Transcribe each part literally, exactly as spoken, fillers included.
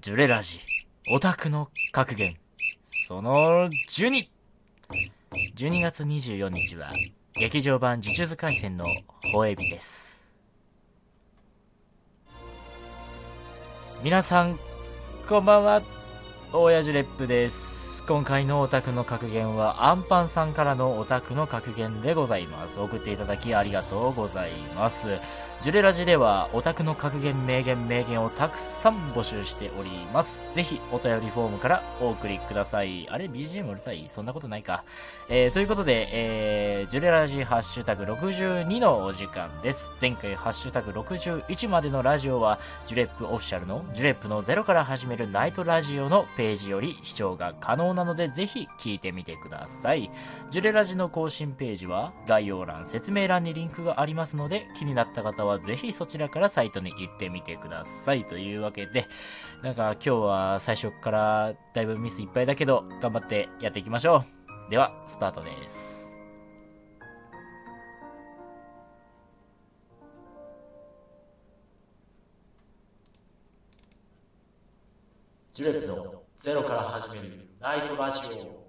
ジュレラジオタクの格言そのじゅうに。じゅうにがつにじゅうよっかは劇場版呪術廻戦の放映日です。皆さんこんばんは、大谷ジュレップです。今回のオタクの格言はアンパンさんからのオタクの格言でございます。送っていただきありがとうございます。ジュレラジではオタクの格言名言名言をたくさん募集しております。ぜひお便りフォームからお送りください。あれ ビージーエム うるさい？そんなことないか。えー、ということで、えー、ジュレラジハッシュタグろくじゅうにのお時間です。前回ハッシュタグろくじゅういちまでのラジオはジュレップオフィシャルのジュレップのゼロから始めるナイトラジオのページより視聴が可能なのでぜひ聞いてみてください。ジュレラジの更新ページは概要欄説明欄にリンクがありますので、気になった方はぜひそちらからサイトに行ってみてください。というわけで、なんか今日は最初からだいぶミスいっぱいだけど頑張ってやっていきましょう。ではスタートです。ジュレップのゼロから始めるナイトラジオ。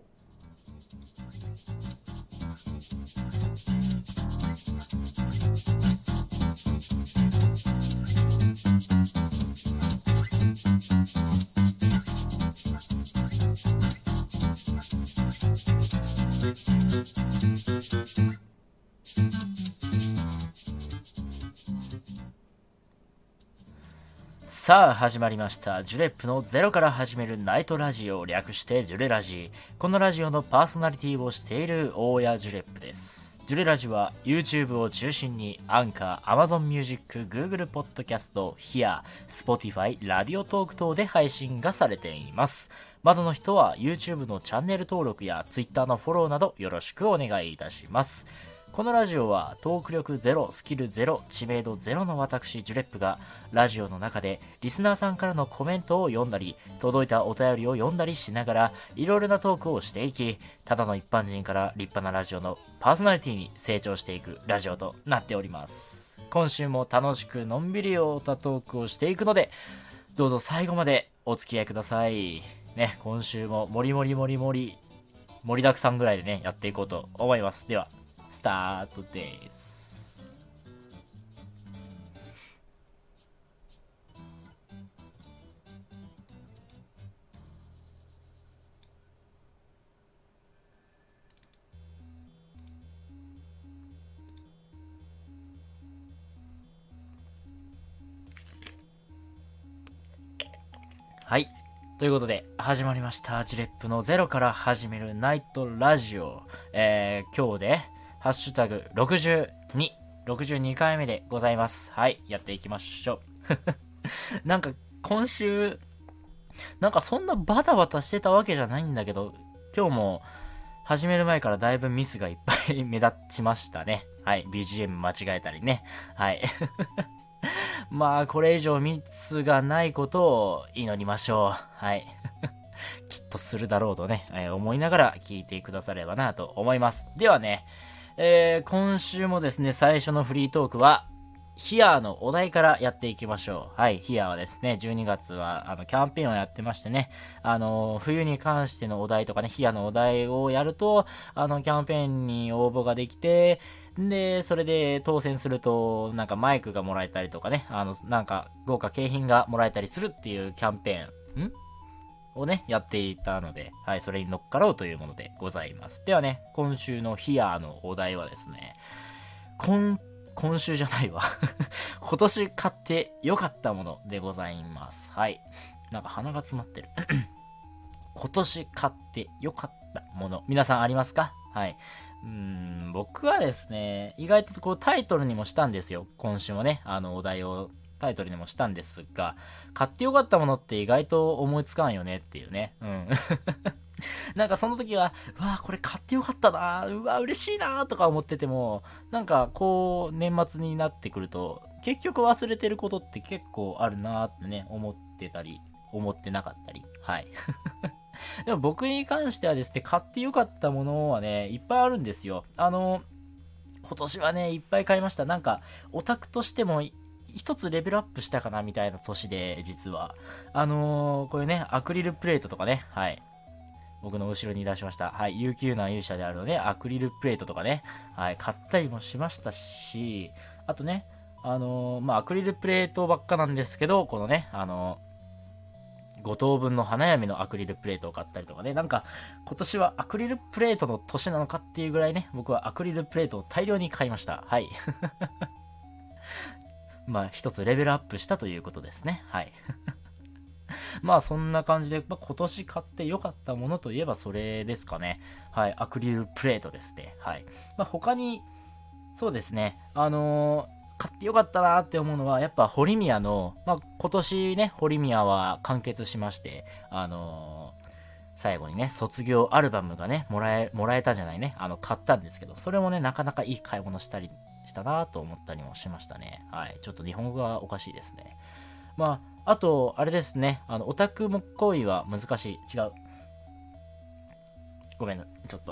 さあ始まりました。ジュレップのゼロから始めるナイトラジオ、略してジュレラジ。このラジオのパーソナリティをしている大谷ジュレップです。ジュレラジは YouTube を中心にアンカー、Amazon Music、Google Podcast、Here、Spotify、ラディオトーク等で配信がされています。まだの人は YouTube のチャンネル登録や Twitter のフォローなどよろしくお願いいたします。このラジオはトーク力ゼロ、スキルゼロ、知名度ゼロの私ジュレップがラジオの中でリスナーさんからのコメントを読んだり、届いたお便りを読んだりしながらいろいろなトークをしていき、ただの一般人から立派なラジオのパーソナリティに成長していくラジオとなっております。今週も楽しくのんびりオタトークをしていくので、どうぞ最後までお付き合いくださいね。今週ももりもりもりもり盛りだくさんぐらいでねやっていこうと思います。ではスタートです。はい、ということで始まりましたジュレップのゼロから始めるナイトラジオ。えー、今日でハッシュタグろくじゅうに、ろくじゅうにかいめでございます。はい、やっていきましょう。なんか今週、なんかそんなバタバタしてたわけじゃないんだけど、今日も始める前からだいぶミスがいっぱい目立ちましたね。はい、ビージーエム 間違えたりね。はい。まあこれ以上ミスがないことを祈りましょう。はい。きっとするだろうとね、えー、思いながら聞いてくださればなと思います。ではね、えー、今週もですね、最初のフリートークは、ヒアのお題からやっていきましょう。はい、ヒアはですね、じゅうにがつは、あの、キャンペーンをやってましてね、あの、冬に関してのお題とかね、ヒアのお題をやると、あの、キャンペーンに応募ができて、で、それで当選すると、なんかマイクがもらえたりとかね、あの、なんか豪華景品がもらえたりするっていうキャンペーン、んをね、やっていたので、はい、それに乗っかろうというものでございます。ではね、今週のヒアのお題はですね、今、今週じゃないわ。今年買って良かったものでございます。はい。なんか鼻が詰まってる。今年買って良かったもの。皆さんありますか？はい。うーん、僕はですね、意外とこうタイトルにもしたんですよ。今週もね、あのお題をタイトルにもしたんですが、買ってよかったものって意外と思いつかんよねっていうね。うん。なんかその時は、うわーこれ買ってよかったなー、うわー嬉しいなーとか思ってても、なんかこう年末になってくると、結局忘れてることって結構あるなーってね、思ってたり、思ってなかったり。はい。でも僕に関してはですね、買ってよかったものはね、いっぱいあるんですよ。あの、今年はね、いっぱい買いました。なんか、オタクとしても一つレベルアップしたかなみたいな年で、実は。あのー、こういうね、アクリルプレートとかね、はい。僕の後ろに出しました。はい。有給な勇者であるので、アクリルプレートとかね、はい。買ったりもしましたし、あとね、あのー、まあ、アクリルプレートばっかなんですけど、このね、あのー、ご等分の花嫁のアクリルプレートを買ったりとかね、なんか今年はアクリルプレートの年なのかっていうぐらいね、僕はアクリルプレートを大量に買いました。はい。まあ一つレベルアップしたということですね。はい。まあそんな感じで、まあ、今年買って良かったものといえばそれですかね。はい。アクリルプレートですね。はい。まあ他に、そうですね。あのー買ってよかったなって思うのは、やっぱホリミヤの、まあ、今年ね、ホリミヤは完結しまして、あのー、最後にね、卒業アルバムがね、もらえ、もらえたじゃないね、あの、買ったんですけど、それもね、なかなかいい買い物したりしたなと思ったりもしましたね。はい。ちょっと日本語がおかしいですね。まあ、あと、あれですね、あの、オタクも恋は難しい。違う。ごめん、ちょっと。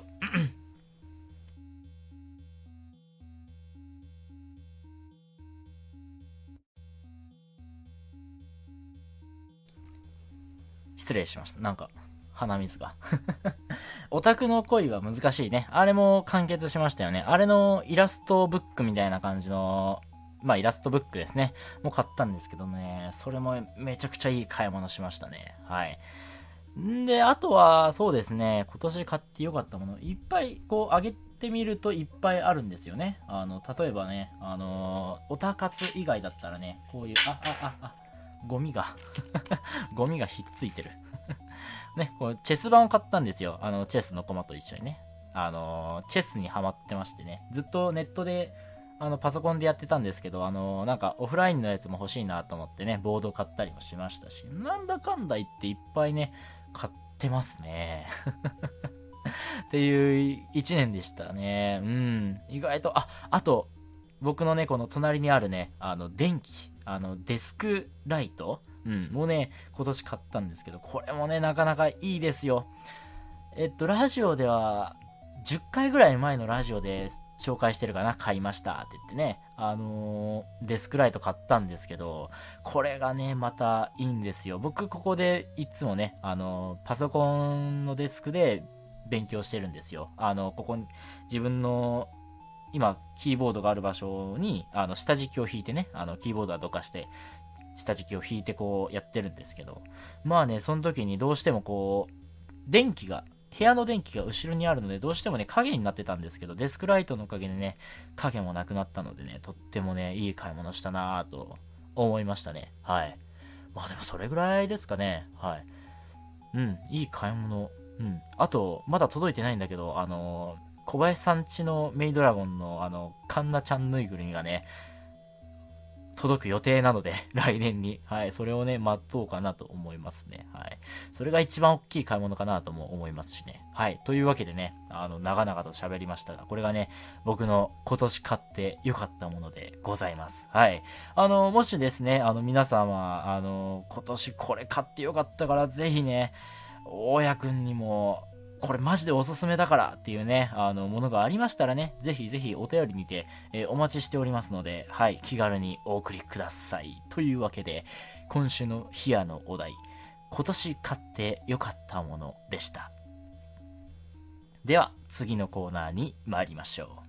失礼しました。なんか、鼻水が。オタクの恋は難しいね。あれも完結しましたよね。あれのイラストブックみたいな感じの、まあイラストブックですね。もう買ったんですけどね。それもめちゃくちゃいい買い物しましたね。はい。んで、あとは、そうですね。今年買ってよかったもの。いっぱい、こう、あげてみるといっぱいあるんですよね。あの、例えばね、あのー、オタ活以外だったらね、こういう、あ、あ、あ、あ、ゴミがゴミがひっついてるね、こうチェス盤を買ったんですよ。あの、チェスの駒と一緒にね。あのー、チェスにハマってましてね。ずっとネットで、あの、パソコンでやってたんですけど、あのー、なんかオフラインのやつも欲しいなと思ってね、ボード買ったりもしましたし、なんだかんだ言っていっぱいね、買ってますね。っていう一年でしたね。うん。意外と、あ、あと、僕のね、この隣にあるね、あの、電気、あの、デスクライト、うん、もうね、今年買ったんですけど、これもね、なかなかいいですよ。えっと、ラジオでは、じゅっかいぐらい前のラジオで紹介してるかな、買いましたって言ってね、あのー、デスクライト買ったんですけど、これがね、またいいんですよ。僕、ここでいつもね、あのー、パソコンのデスクで勉強してるんですよ。あの、ここに、自分の今、キーボードがある場所に、あの、下敷きを引いてね、あの、キーボードはどかして、下敷きを引いてこうやってるんですけど、まあね、その時にどうしてもこう、電気が、部屋の電気が後ろにあるので、どうしてもね、影になってたんですけど、デスクライトのおかげでね、影もなくなったのでね、とってもね、いい買い物したなぁと思いましたね。はい。まあでもそれぐらいですかね。はい。うん、いい買い物。うん。あと、まだ届いてないんだけど、あのー小林さんちのメイドラゴンのあの、カンナちゃんぬいぐるみがね、届く予定なので、来年に。はい。それをね、待とうかなと思いますね。はい。それが一番大きい買い物かなとも思いますしね。はい。というわけでね、あの、長々と喋りましたが、これがね、僕の今年買って良かったものでございます。はい。あの、もしですね、あの、皆様、あの、今年これ買って良かったから、ぜひね、大家くんにも、これマジでおすすめだからっていうね、あの、ものがありましたらね、ぜひぜひお便りにて、えーお待ちしておりますので、はい、気軽にお送りください。というわけで、今週のヒアのお題、今年買ってよかったものでした。では、次のコーナーに参りましょう。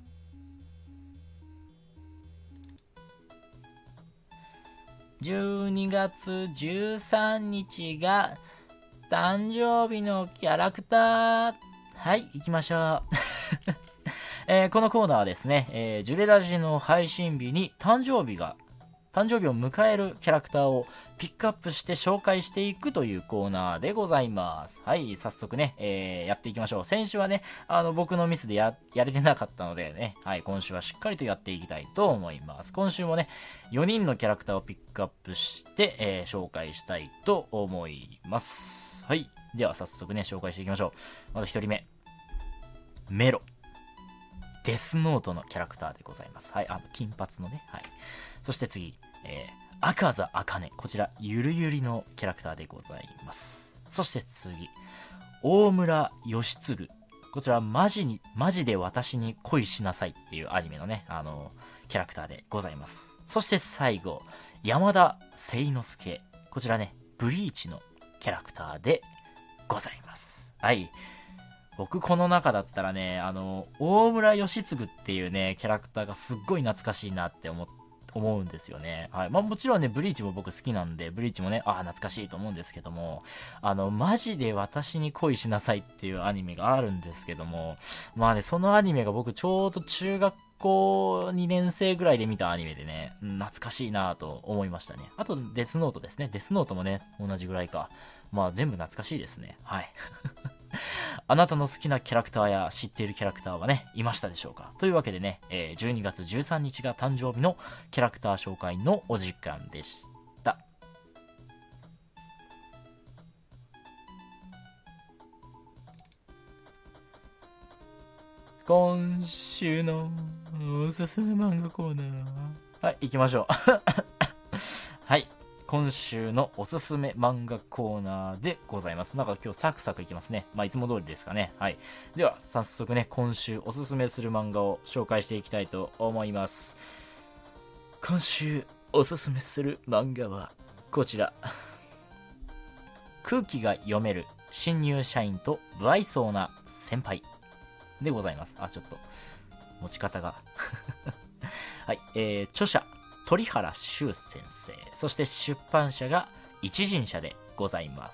じゅうにがつじゅうさんにちが誕生日のキャラクター。はい、行きましょう。えーこのコーナーはですね、えージュレラジの配信日に誕生日が、誕生日を迎えるキャラクターをピックアップして紹介していくというコーナーでございます。はい、早速ね、えーやっていきましょう。先週はね、あの、僕のミスでや、やれてなかったのでね、はい、今週はしっかりとやっていきたいと思います。今週もね、よにんのキャラクターをピックアップして、えー紹介したいと思います。はい。では早速ね、紹介していきましょう。まずひとりめ。メロ。デスノートのキャラクターでございます。はい。あの、金髪のね。はい。そして次。えー、赤座茜。こちら、ゆるゆりのキャラクターでございます。そして次。大村義次。こちら、マジに、マジで私に恋しなさいっていうアニメのね、あの、キャラクターでございます。 そして最後、山田聖之助。こちらね、ブリーチのキャラクターでございます。はい。僕この中だったらね、あの、大村義次っていうね、キャラクターがすっごい懐かしいなって思って、思うんですよね。はい。まあもちろんね、ブリーチも僕好きなんで、ブリーチもね、ああ、懐かしいと思うんですけども、あの、マジで私に恋しなさいっていうアニメがあるんですけども、まあね、そのアニメが僕ちょうど中学校にねん生ぐらいで見たアニメでね、懐かしいなと思いましたね。あと、デスノートですね。デスノートもね、同じぐらいか。まあ全部懐かしいですね。はい。あなたの好きなキャラクターや知っているキャラクターはね、いましたでしょうか。というわけでね、えー、じゅうにがつじゅうさんにちが誕生日のキャラクター紹介のお時間でした。今週のおすすめ漫画コーナー。はい、行きましょう。はい。今週のおすすめ漫画コーナーでございます。なんか今日サクサクいきますね。まあいつも通りですかね。はい。では早速ね、今週おすすめする漫画を紹介していきたいと思います。今週おすすめする漫画はこちら。空気が読める新入社員と不愛想な先輩でございます。あ、ちょっと持ち方が。はい。えー、著者。鳥原修先生、そして出版社が一人社でございます。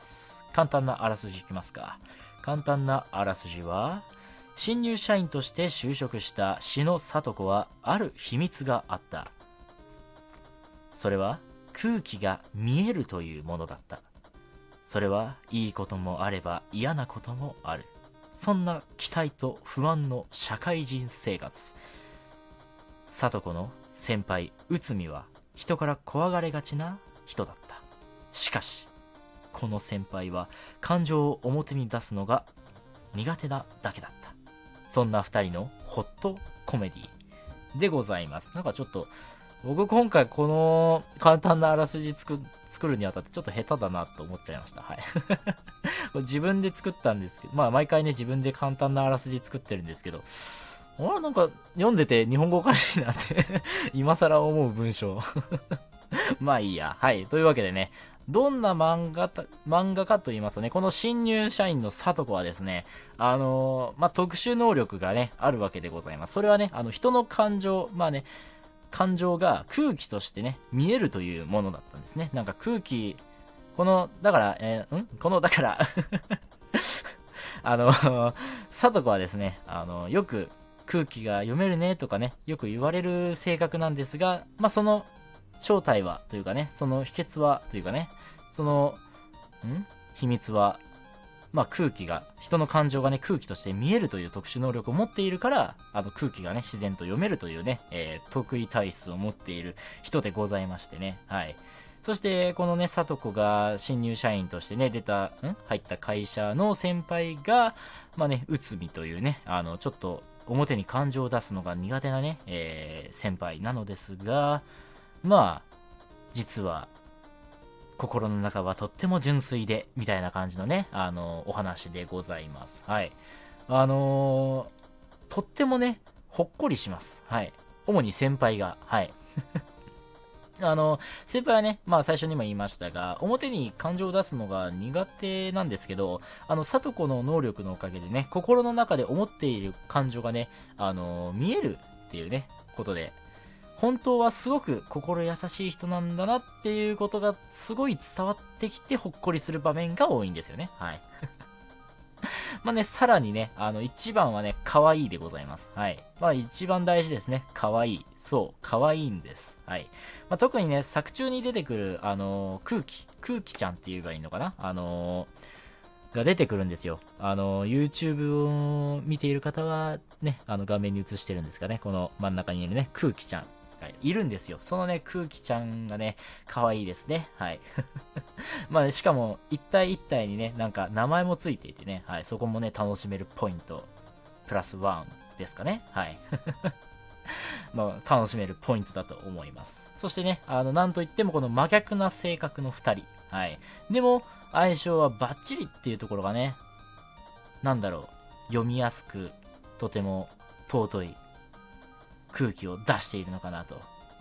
簡単なあらすじいきますか。簡単なあらすじは、新入社員として就職した志野聡子はある秘密があった。それは空気が見えるというものだった。それはいいこともあれば嫌なこともある。そんな期待と不安の社会人生活。聡子の先輩内海は人から怖がれがちな人だった。しかしこの先輩は感情を表に出すのが苦手なだけだった。そんな二人のホットコメディでございます。なんかちょっと僕今回この簡単なあらすじ作作るにあたってちょっと下手だなと思っちゃいました。はい。これ自分で作ったんですけど、まあ毎回ね自分で簡単なあらすじ作ってるんですけど、あれなんか読んでて日本語おかしいなって今更思う文章まあいいや。はい。というわけでね、どんな漫画た漫画かと言いますとね、この新入社員の聡子はですね、あのー、まあ特殊能力がねあるわけでございます。それはね、あの人の感情、まあね、感情が空気としてね見えるというものだったんですね。なんか空気、このだから、えー、んこのだからあの聡子はですね、あのよく空気が読めるねとかね、よく言われる性格なんですが、まあその正体はというかね、その秘訣はというかね、そのん秘密は、まあ空気が、人の感情がね空気として見えるという特殊能力を持っているから、あの空気がね自然と読めるというね、えー、得意体質を持っている人でございましてね。はい。そしてこのね聡子が新入社員としてね出たん入った会社の先輩が、まあね内海というね、あのちょっと表に感情を出すのが苦手なね、えー、先輩なのですが、まあ実は心の中はとっても純粋でみたいな感じのね、あのお話でございます。はい。あのー、とってもねほっこりします。はい。主に先輩が、はいあの先輩はね、まあ最初にも言いましたが、表に感情を出すのが苦手なんですけど、あの聡子の能力のおかげでね、心の中で思っている感情がね、あの見えるっていうねことで、本当はすごく心優しい人なんだなっていうことがすごい伝わってきて、ほっこりする場面が多いんですよね。はい。まあね、さらにね、あの一番はね、可愛いでございます。はい。まあ一番大事ですね。可愛い。そう、可愛いんです。はい。まあ、特にね、作中に出てくる、あのー、空気、空気ちゃんって言えばいいのかな、あのー、が出てくるんですよ。あのー、YouTube を見ている方はね、あの画面に映してるんですかね、この真ん中にいるね、空気ちゃんがいるんですよ。そのね、空気ちゃんがね、可愛いですね。はい。まあ、ね、しかも、一体一体にね、なんか名前もついていてね、はい、そこもね、楽しめるポイント、プラスワンですかね。はい。まあ、楽しめるポイントだと思います。そしてね、あの、なんといってもこの真逆な性格の二人。はい。でも、相性はバッチリっていうところがね、なんだろう、読みやすく、とても尊い空気を出しているのかなと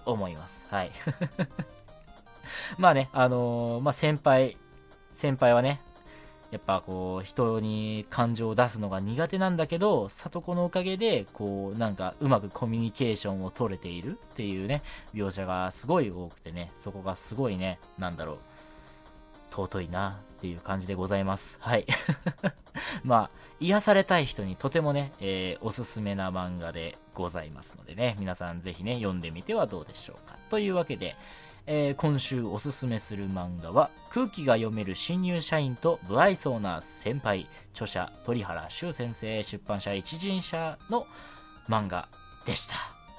思います。はい。まあね、あのー、まあ先輩、先輩はね、やっぱこう、人に感情を出すのが苦手なんだけど、里子のおかげで、こう、なんかうまくコミュニケーションを取れているっていうね、描写がすごい多くてね、そこがすごいね、なんだろう、尊いなっていう感じでございます。はい。まあ、癒されたい人にとてもね、えー、おすすめな漫画でございますのでね、皆さんぜひね、読んでみてはどうでしょうか。というわけで、えー、今週おすすめする漫画は、空気が読める新入社員と不愛想な先輩、著者鳥原修先生、出版社一人社の漫画でした。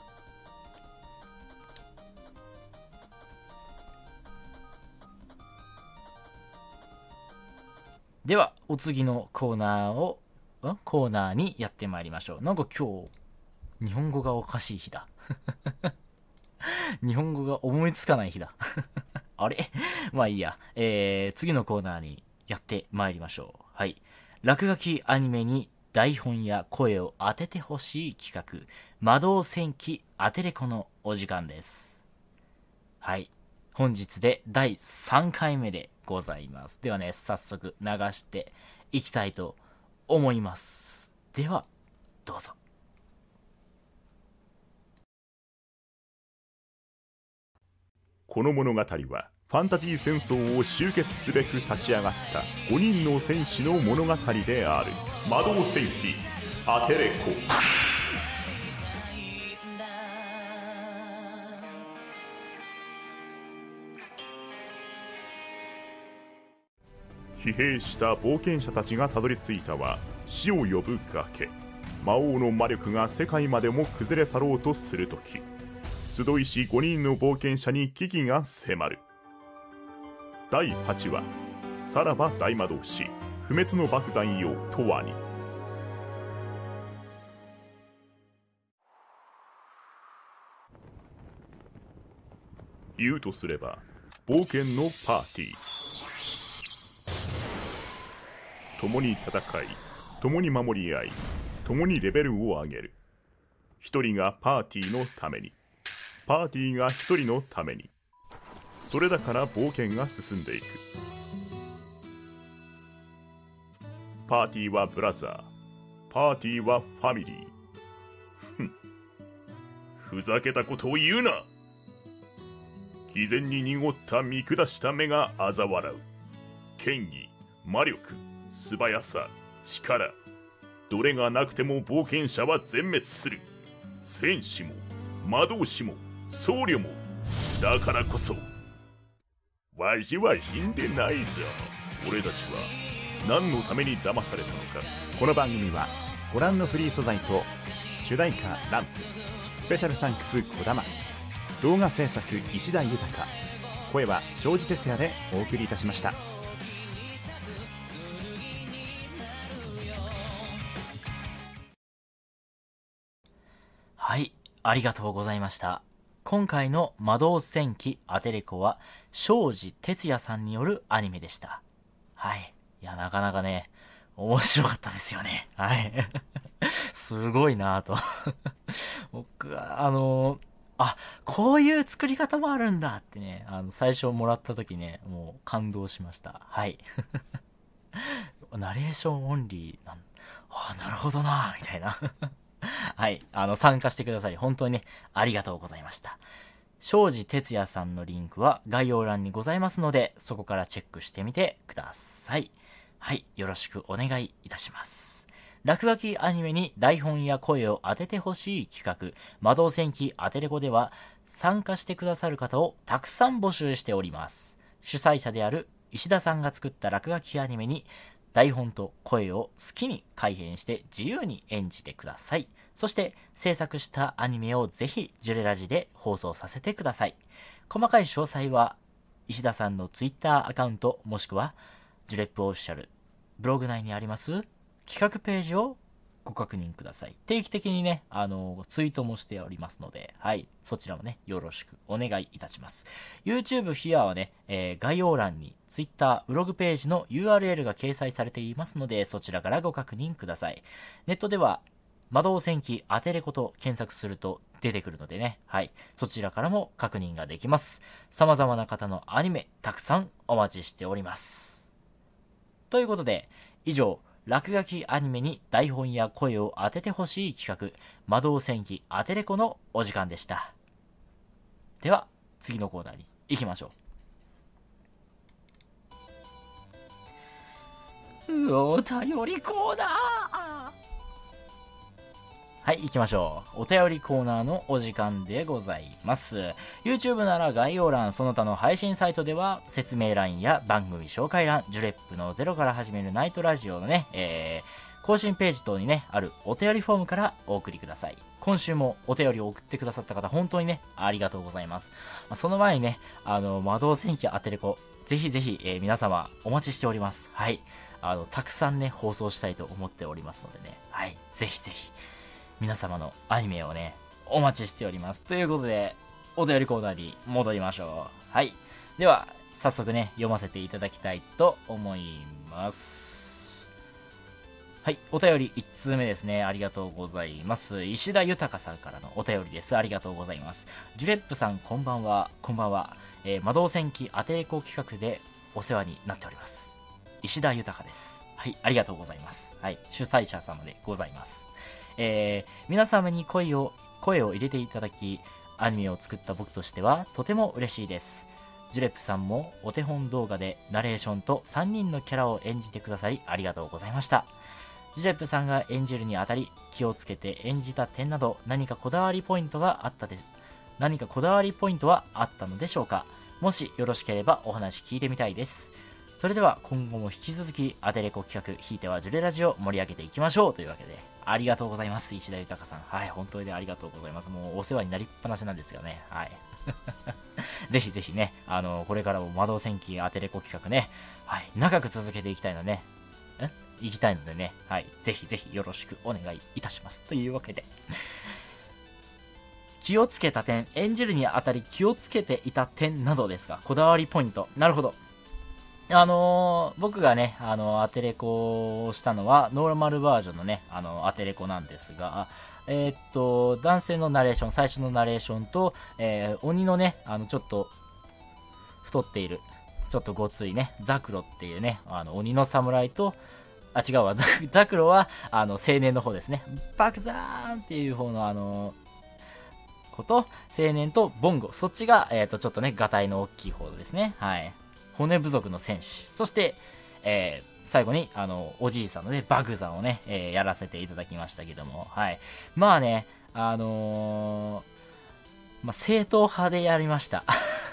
では、お次のコーナーを、んコーナーにやってまいりましょう。なんか今日、日本語がおかしい日だ。日本語が思いつかない日だ。あれまあいいや。えー、次のコーナーにやってまいりましょう。はい。落書きアニメに台本や声を当ててほしい企画、魔導戦記アテレコのお時間です。はい。本日でだいさんかいめでございます。ではね、早速流していきたいと思います。では、どうぞ。 この物語はファンタジー戦争を終結すべく立ち上がったごにんの戦士の物語である。魔導戦記アテレコ。疲弊した冒険者たちがたどり着いたは死を呼ぶ崖。魔王の魔力が世界までも崩れ去ろうとするとき、集いしごにんの冒険者に危機が迫る。だいはちわ、さらば大魔導士不滅の爆弾よとわに。言うとすれば冒険のパーティー。共に戦い、共に守り合い、共にレベルを上げる。一人がパーティーのために、パーティーが一人のために。それだから冒険が進んでいく。パーティーはブラザー、パーティーはファミリー。ふん、ふざけたことを言うな。偽善に濁った見下した目が嘲笑う。権威、魔力、素早さ、力、どれがなくても冒険者は全滅する。戦士も魔導士も僧侶も。だからこそわしは死んでないぞ。俺たちは何のために騙されたのか。 この番組はご覧のフリー素材と主題歌ランプ、スペシャルサンクスこだま、動画制作石田豊、声は庄司哲也でお送りいたしました。 はい、ありがとうございました。今回の魔導戦記アテレコは庄司哲也さんによるアニメでした。はい。いや、なかなかね、面白かったですよね。はい。すごいなぁと。僕は、あのー、あ、こういう作り方もあるんだってね、あの、最初もらった時ね、もう感動しました。はい。ナレーションオンリーなん、あ、なるほどなぁ、みたいな。はい。あの、参加してくださり、本当にね、ありがとうございました。庄司哲也さんのリンクは概要欄にございますので、そこからチェックしてみてください。はい。よろしくお願いいたします。落書きアニメに台本や声を当ててほしい企画、魔導戦記アテレコでは、参加してくださる方をたくさん募集しております。主催者である石田さんが作った落書きアニメに、台本と声を好きに改変して自由に演じてください。そして制作したアニメをぜひジュレラジで放送させてください。細かい詳細は石田さんのツイッターアカウントもしくはジュレップオフィシャルブログ内にあります企画ページをご確認ください。定期的にね、あの、ツイートもしておりますので、はい、そちらもね、よろしくお願いいたします。YouTube ヒアはね、えー、概要欄に Twitter、ブログページの ユーアールエル が掲載されていますので、そちらからご確認ください。ネットでは、 魔導戦記アテレコと検索すると出てくるのでね、はい、そちらからも確認ができます。様々な方のアニメたくさんお待ちしております。ということで、以上、落書きアニメに台本や声を当ててほしい企画、魔導戦記アテレコのお時間でした。では、次のコーナーに行きましょう。お便りコーナー。はい、行きましょう。お便りコーナーのお時間でございます。YouTube なら概要欄、その他の配信サイトでは説明欄や番組紹介欄、ジュレップのゼロから始めるナイトラジオのね、えー、更新ページ等にね、あるお便りフォームからお送りください。今週もお便りを送ってくださった方、本当にね、ありがとうございます。その前にね、あの、魔導戦記アテレコ、ぜひぜひ、えー、皆様お待ちしております。はい。あの、たくさんね、放送したいと思っておりますのでね、はい。ぜひぜひ。皆様のアニメをね、お待ちしております。ということで、お便りコーナーに戻りましょう。はい。では、早速ね、読ませていただきたいと思います。はい。お便りいち通目ですね。ありがとうございます。石田豊さんからのお便りです。ありがとうございます。ジュレップさん、こんばんは。こんばんは。えー、魔導戦記アテレコ企画でお世話になっております。石田豊です。はい。ありがとうございます。はい。主催者様でございます。えー、皆様に声を、声を入れていただき、アニメを作った僕としてはとても嬉しいです。ジュレップさんもお手本動画でナレーションとさんにんのキャラを演じてくださりありがとうございました。ジュレップさんが演じるにあたり気をつけて演じた点など何かこだわりポイントがあったで、何かこだわりポイントはあったのでしょうか。もしよろしければお話聞いてみたいです。それでは今後も引き続きアテレコ企画、ひいてはジュレラジを盛り上げていきましょうというわけで、ありがとうございます。石田豊さん。はい、本当にありがとうございます。もうお世話になりっぱなしなんですよね。はい。ぜひぜひね、あの、これからも魔導戦記アテレコ企画ね、はい、長く続けていきたいのね、えいきたいのでね、はい、ぜひぜひよろしくお願いいたします。というわけで、気をつけた点、演じるにあたり気をつけていた点などですが、こだわりポイント。なるほど。あのー、僕がね、あのー、アテレコをしたのは、ノーマルバージョンのね、あのー、アテレコなんですが、えー、っと、男性のナレーション、最初のナレーションと、えー、鬼のね、あの、ちょっと、太っている、ちょっとごついね、ザクロっていうね、あの、鬼の侍と、あ、違うわ、ザ, ザクロは、あの、青年の方ですね。バクザーンっていう方の、あの、こと、青年とボンゴ、そっちが、えー、っと、ちょっとね、ガタイの大きい方ですね。はい。骨部族の戦士。そして、えー、最後に、あの、おじいさんのね、バグザをね、えー、やらせていただきましたけども、はい。まあね、あのー、まあ、正統派でやりました。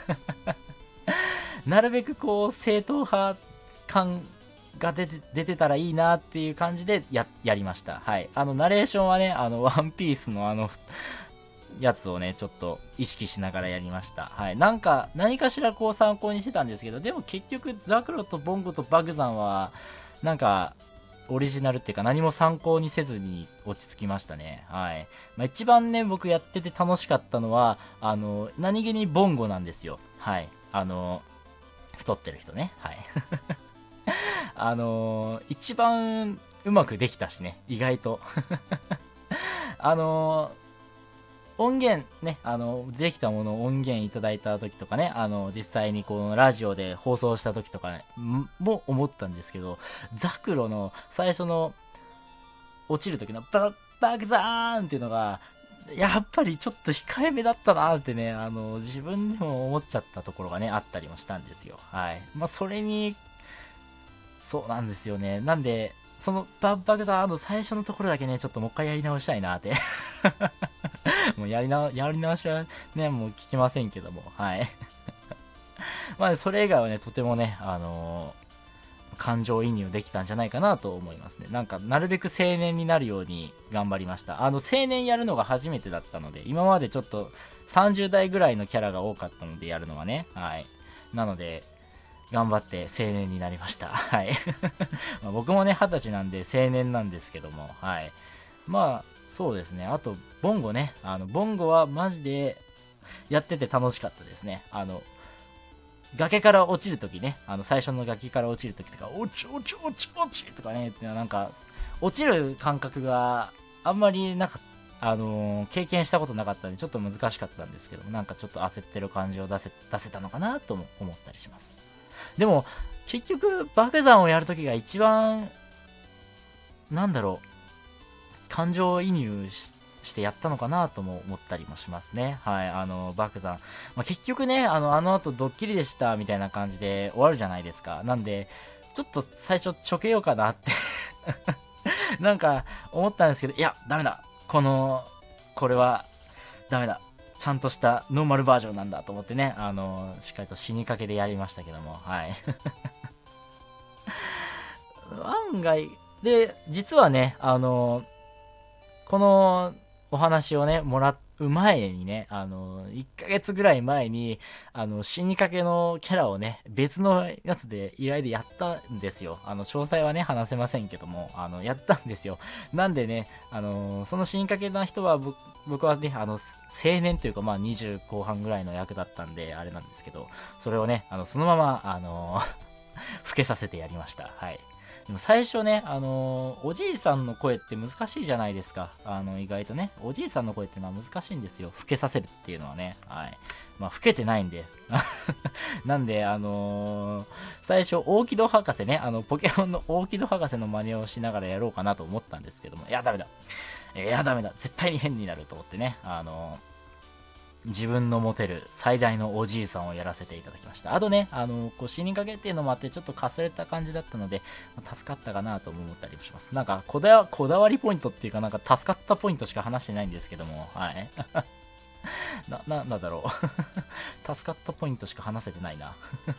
なるべくこう、正統派感が出て、出てたらいいなっていう感じでや、やりました。はい。あの、ナレーションはね、あの、ワンピースのあの、やつをね、ちょっと意識しながらやりました。はい。なんか、何かしらこう参考にしてたんですけど、でも結局、ザクロとボンゴとバグザンは、なんか、オリジナルっていうか何も参考にせずに落ち着きましたね。はい。まあ、一番ね、僕やってて楽しかったのは、あの、何気にボンゴなんですよ。はい。あの、太ってる人ね。はい。あの、一番うまくできたしね、意外と。あの、音源ね、あの、できたものを音源いただいた時とかね、あの、実際にこのラジオで放送した時とか、ね、も思ったんですけど、ザクロの最初の落ちる時のバッバクザーンっていうのが、やっぱりちょっと控えめだったなってね、あの、自分でも思っちゃったところがね、あったりもしたんですよ。はい。まあ、それに、そうなんですよね。なんで、そのバッバクザーンの最初のところだけね、ちょっともう一回やり直したいなって。もうやりな、やり直しはね、もう聞きませんけども、はい。まあ、それ以外はね、とてもね、あのー、感情移入できたんじゃないかなと思いますね。なんか、なるべく青年になるように頑張りました。あの、青年やるのが初めてだったので、今までちょっとさんじゅう代ぐらいのキャラが多かったのでやるのはね、はい。なので、頑張って青年になりました。はい。まあ僕もね、二十歳なんで青年なんですけども、はい。まあ、そうですね。あと、ボンゴね。あの、ボンゴはマジでやってて楽しかったですね。あの、崖から落ちるときね。あの、最初の崖から落ちるときとか、おちおちおちおちとかね、ってなんか、落ちる感覚が、 あんまりなんかあのー、経験したことなかったんでちょっと難しかったんですけど、なんかちょっと焦ってる感じを出せ出せたのかなとも思ったりします。でも結局爆弾をやるときが一番なんだろう、感情移入ししてやったのかなとも思ったりもしますね。はい、あの爆弾、まあ、結局ね、あのあの後ドッキリでしたみたいな感じで終わるじゃないですか。なんでちょっと最初ちょけようかなってなんか思ったんですけど、いやダメだ、このこれはダメだ、ちゃんとしたノーマルバージョンなんだと思ってね、あのしっかりと死にかけでやりましたけども、はい案外で、実はね、あのこのお話をねもらう前にね、あのいっかげつぐらい前にあの死にかけのキャラをね別のやつで依頼でやったんですよ。あの詳細はね話せませんけども、あのやったんですよ。なんでね、あのその死にかけな人は僕僕はね、あの青年というかまあにじゅう後半ぐらいの役だったんであれなんですけど、それをね、あのそのままあの老けさせてやりました。はい。でも最初ね、あのー、おじいさんの声って難しいじゃないですか。あの意外とね、おじいさんの声ってのは難しいんですよ。老けさせるっていうのはね。はい。まあ、老けてないんで。なんで、あのー、最初、大木戸博士ね、あの、ポケモンの大木戸博士の真似をしながらやろうかなと思ったんですけども、いや、ダメだ。いや、ダメだ。絶対に変になると思ってね、あのー、自分の持てる最大のおじいさんをやらせていただきました。あとね、あのこう死にかけっていうのもあってちょっとかすれた感じだったので、まあ、助かったかなと思ったりもします。なんかこだわこだわりポイントっていうか、なんか助かったポイントしか話してないんですけども、はいな、な、なんだろう助かったポイントしか話せてないな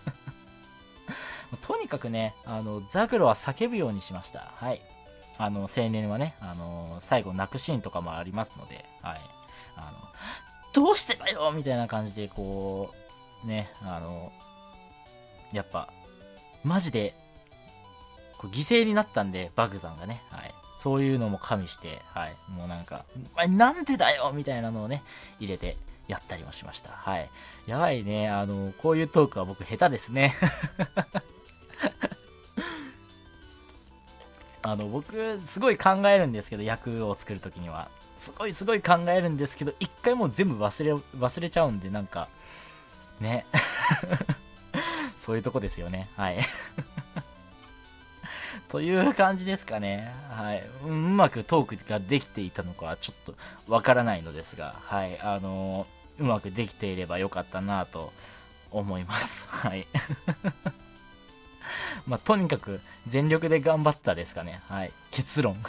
とにかくね、あのザグロは叫ぶようにしました。はい、あの青年はね、あの最後泣くシーンとかもありますので、はい、あのどうしてだよみたいな感じでこうね、あのやっぱマジでこう犠牲になったんで、バグザンがね、はい、そういうのも加味して、はい、もうなんかなんでだよみたいなのをね入れてやったりもしました。はい、やばいね、あのこういうトークは僕下手ですねあの僕すごい考えるんですけど、役を作るときにはすごいすごい考えるんですけど、一回もう全部忘れ忘れちゃうんで、なんかねそういうとこですよね。はいという感じですかね。はい、うまくトークができていたのかはちょっとわからないのですが、はい、あのー、うまくできていればよかったなと思います。はいまあとにかく全力で頑張ったですかね。はい、結論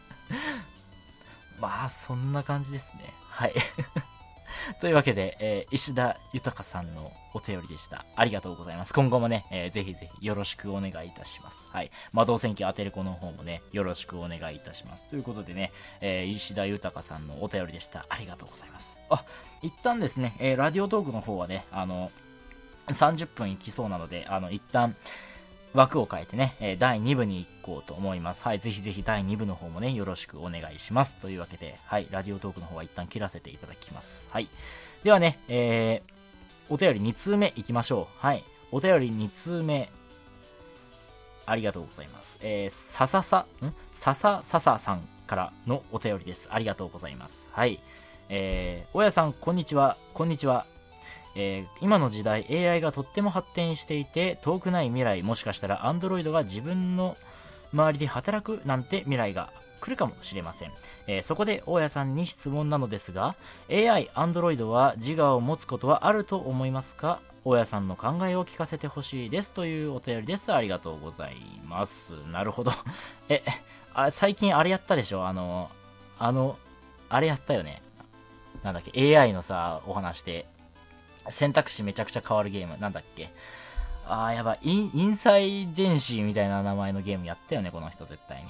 まあそんな感じですね。はいというわけで、えー、石田豊さんのお便りでした。ありがとうございます。今後もね、えー、ぜひぜひよろしくお願いいたします。はい、魔導戦記アテレコの方もねよろしくお願いいたします。ということでね、えー、石田豊さんのお便りでした。ありがとうございます。あ、一旦ですね、えー、ラジオトークの方はね、あのさんじゅっぷんいきそうなので、あの一旦枠を変えてね、えー、だいに部に行こうと思います。はい、ぜひぜひだいに部の方もね、よろしくお願いします。というわけで、はい、ラジオトークの方は一旦切らせていただきます。はい。ではね、えー、お便りに通目いきましょう。はい、お便りに通目、ありがとうございます。えー、さささ、んさささささんからのお便りです。ありがとうございます。はい。えー、大家さん、こんにちは。こんにちは。えー、今の時代 エーアイ がとっても発展していて、遠くない未来、もしかしたら Android が自分の周りで働くなんて未来が来るかもしれません。えー、そこで大家さんに質問なのですが、 エーアイ、Android は自我を持つことはあると思いますか？大家さんの考えを聞かせてほしいです、というお便りです。ありがとうございます。なるほどえあ、最近あれやったでしょ、あのあのあれやったよね、なんだっけ、 エーアイ のさお話で選択肢めちゃくちゃ変わるゲーム、なんだっけ、あーやばい、イン、インサイジェンシーみたいな名前のゲームやったよね、この人絶対に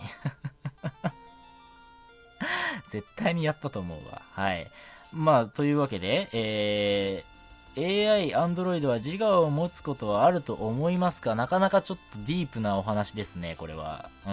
絶対にやったと思うわ。はい、まあというわけで、えー、エーアイ、Android は自我を持つことはあると思いますか？なかなかちょっとディープなお話ですね、これは。うん、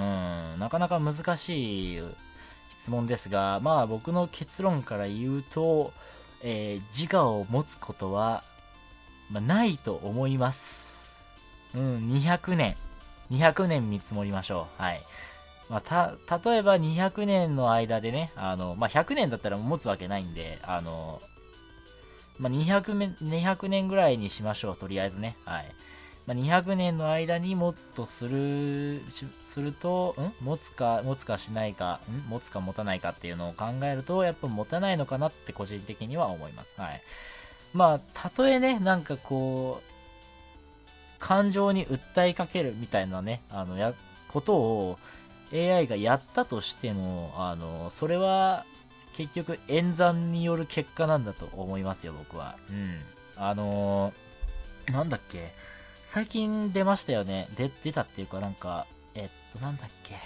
なかなか難しい質問ですが、まあ僕の結論から言うと、えー、自我を持つことは、まあ、ないと思います。うん、にひゃくねん。にひゃくねん見積もりましょう。はい。 まあ、た例えばにひゃくねんの間でね、あの、まあ、ひゃくねんだったら持つわけないんで、あの、まあ、にひゃくねんぐらいにしましょう、とりあえずね。はい。まあ、にひゃくねんの間に持つとする、すると、ん持つか、持つかしないか、ん持つか持たないかっていうのを考えると、やっぱ持たないのかなって個人的には思います。はい。まあ、たとえね、なんかこう、感情に訴えかけるみたいなね、あの、や、ことを エーアイ がやったとしても、あの、それは結局演算による結果なんだと思いますよ、僕は。うん。あの、なんだっけ、最近出ましたよね。で、出たっていうかなんか、えっと、なんだっけ。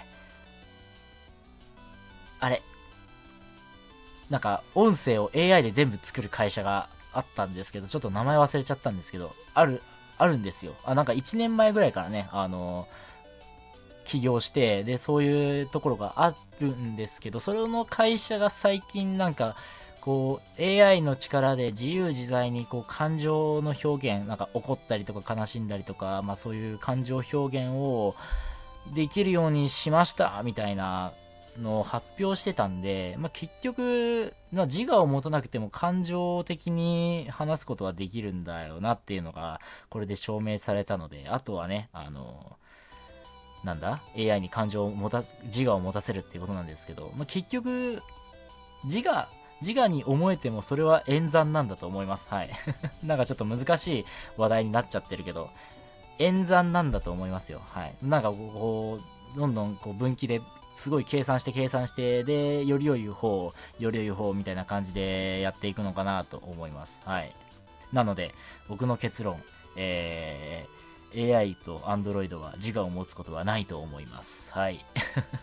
あれ。なんか、音声を エーアイ で全部作る会社があったんですけど、ちょっと名前忘れちゃったんですけど、ある、あるんですよ。あ、なんかいちねんまえぐらいからね、あの、起業して、で、そういうところがあるんですけど、それの会社が最近なんか、こう、エーアイ の力で自由自在にこう感情の表現、なんか怒ったりとか悲しんだりとか、まあそういう感情表現をできるようにしました、みたいなのを発表してたんで、まあ結局、まあ、自我を持たなくても感情的に話すことはできるんだよなっていうのが、これで証明されたので、あとはね、あの、なんだ エーアイ に感情を持た、自我を持たせるっていうことなんですけど、まあ、結局、自我、自我に思えてもそれは演算なんだと思います。はい。なんかちょっと難しい話題になっちゃってるけど、演算なんだと思いますよ。はい。なんかこう、どんどんこう分岐ですごい計算して計算して、で、より良い方、より良い方みたいな感じでやっていくのかなと思います。はい。なので、僕の結論、えー、エーアイ と Android は自我を持つことはないと思います。はい。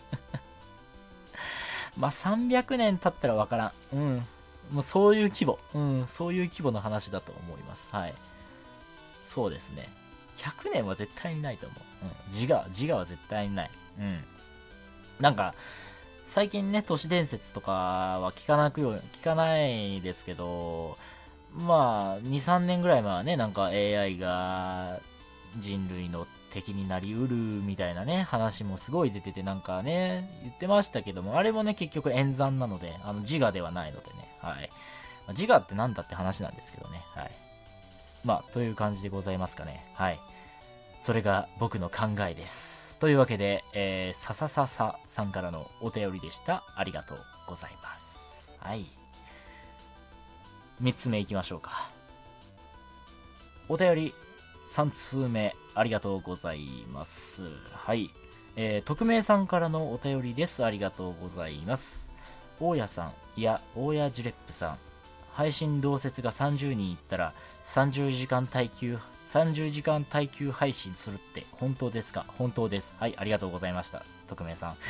まあ、さんびゃくねん経ったらわからん。うん。もうそういう規模。うん。そういう規模の話だと思います。はい。そうですね。ひゃくねんは絶対にないと思う。うん。自我、自我は絶対にない。うん。なんか、最近ね、都市伝説とかは聞かなくよ、聞かないですけど、まあ、に、さんねんぐらい前はね、なんか エーアイ が人類の敵になりうるみたいなね、話もすごい出てて、なんかね、言ってましたけども、あれもね、結局演算なので、あの、自我ではないのでね、はい。自我ってなんだって話なんですけどね、はい。まあ、という感じでございますかね、はい。それが僕の考えです。というわけで、えー、さささささんからのお便りでした。ありがとうございます。はい。みっつめいきましょうか。お便りさんつうめ、ありがとうございます。はい。えー、匿名さんからのお便りです。ありがとうございます。大家さん、いや、大家ジュレップさん。配信同説がさんじゅうにんいったらさんじゅうじかん耐久、さんじゅうじかん耐久配信するって本当ですか？本当です。はい、ありがとうございました。匿名さん。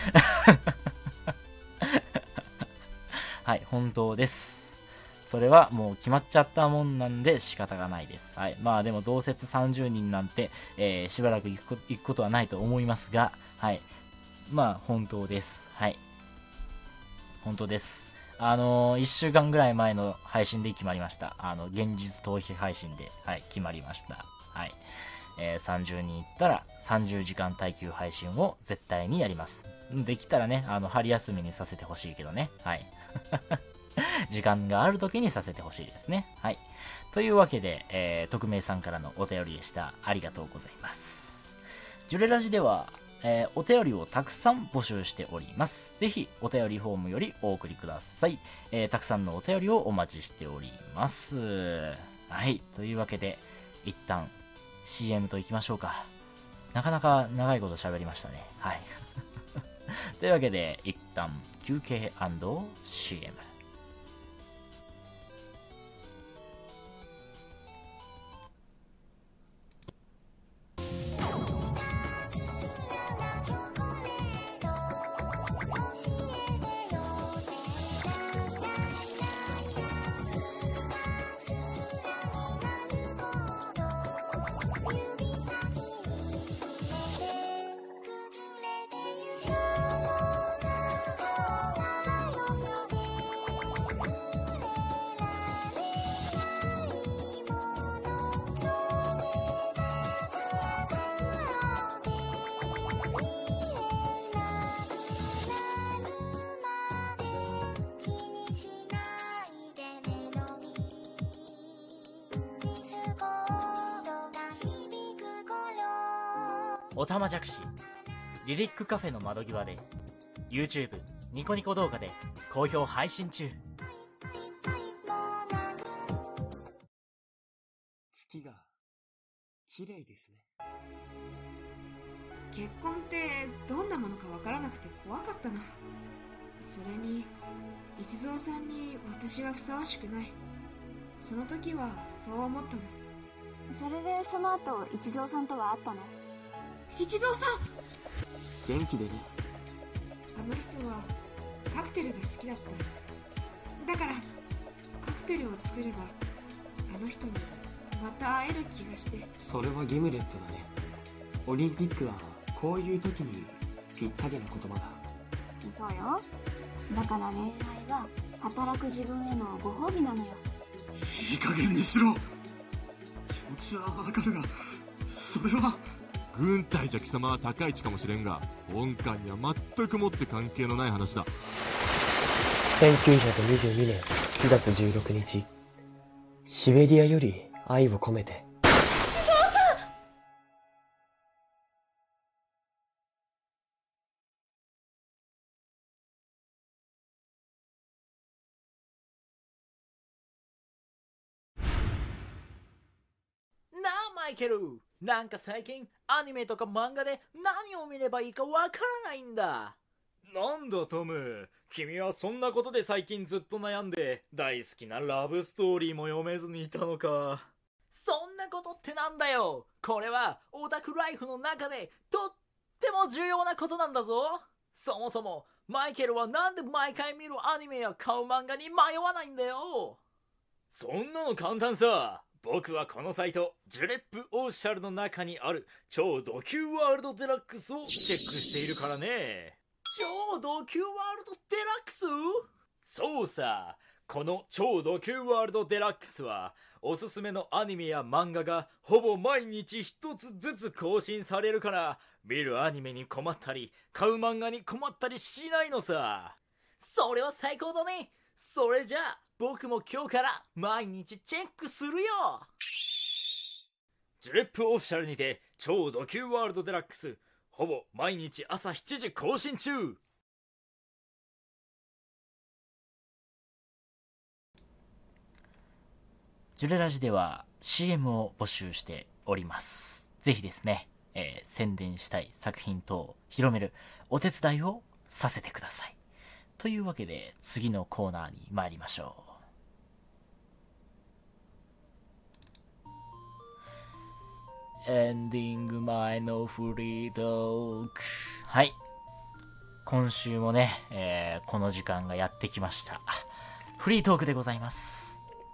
はい、本当です。それはもう決まっちゃったもんなんで仕方がないです。はい。まあでも同説さんじゅうにんなんて、えー、しばらく行く、行くことはないと思いますが、はい。まあ本当です。はい。本当です。あのー、いっしゅうかんぐらい前の配信で決まりました。あの、現実逃避配信で、はい、決まりました。はい。えー、さんじゅうにんいったらさんじゅうじかん耐久配信を絶対にやります。できたらね、あの、春休みにさせてほしいけどね。はい。時間がある時にさせてほしいですね。はい。というわけで、えー、匿名さんからのお便りでした。ありがとうございます。ジュレラジでは、えー、お便りをたくさん募集しております。ぜひお便りフォームよりお送りください。えー、たくさんのお便りをお待ちしております。はい。というわけで、一旦 シーエム と行きましょうか。なかなか長いこと喋りましたね。はい。というわけで、一旦休憩 &シーエム。 おたまじゃくし、リリックカフェの窓際で YouTube、ニコニコ動画で好評配信中。 月が綺麗ですね。 結婚ってどんなものかわからなくて怖かったな。それに一蔵さんに私はふさわしくない。その時はそう思ったの。 それでその後一蔵さんとは会ったの？ 一蔵さん、 元気でね。 あの人はカクテルが好きだった。だからカクテルを作ればあの人にまた会える気がして。 それはギムレットだね。オリンピックはこういう時にぴったりな言葉だ。 そうよ。だから恋愛は働く自分へのご褒美なのよ。 いい加減にしろ。気持ちはわかるが、それは軍隊じゃ貴様は高い位置かもしれんが、本艦には全くもって関係のない話だ。 せんきゅうひゃくにじゅうにねんくがつじゅうろくにち、シベリアより愛を込めて。 なあマイケル、なんか最近アニメとか漫画で何を見ればいいかわからないんだ。なんだトム、君はそんなことで最近ずっと悩んで大好きなラブストーリーも読めずにいたのか。そんなことってなんだよ。これはオタクライフの中でとっても重要なことなんだぞ。そもそもマイケルはなんで毎回見るアニメや買う漫画に迷わないんだよ。そんなの簡単さ。僕はこのサイトジュレップオフィシャルの中にある超ド級ワールドデラックスをチェックしているからね。超ド級ワールドデラックス？そうさ、この超ド級ワールドデラックスはおすすめのアニメや漫画がほぼ毎日一つずつ更新されるから、見るアニメに困ったり買う漫画に困ったりしないのさ。それは最高だね。それじゃあ僕も今日から毎日チェックするよ。ジュレップオフィシャルにて超ド級ワールドデラックス、ほぼ毎日朝しちじ更新中。ジュレラジでは シーエム を募集しております。ぜひですね、えー、宣伝したい作品等を広めるお手伝いをさせてください。というわけで次のコーナーに参りましょう。エンディング前のフリートーク。はい、今週もね、えー、この時間がやってきました。フリートークでございます。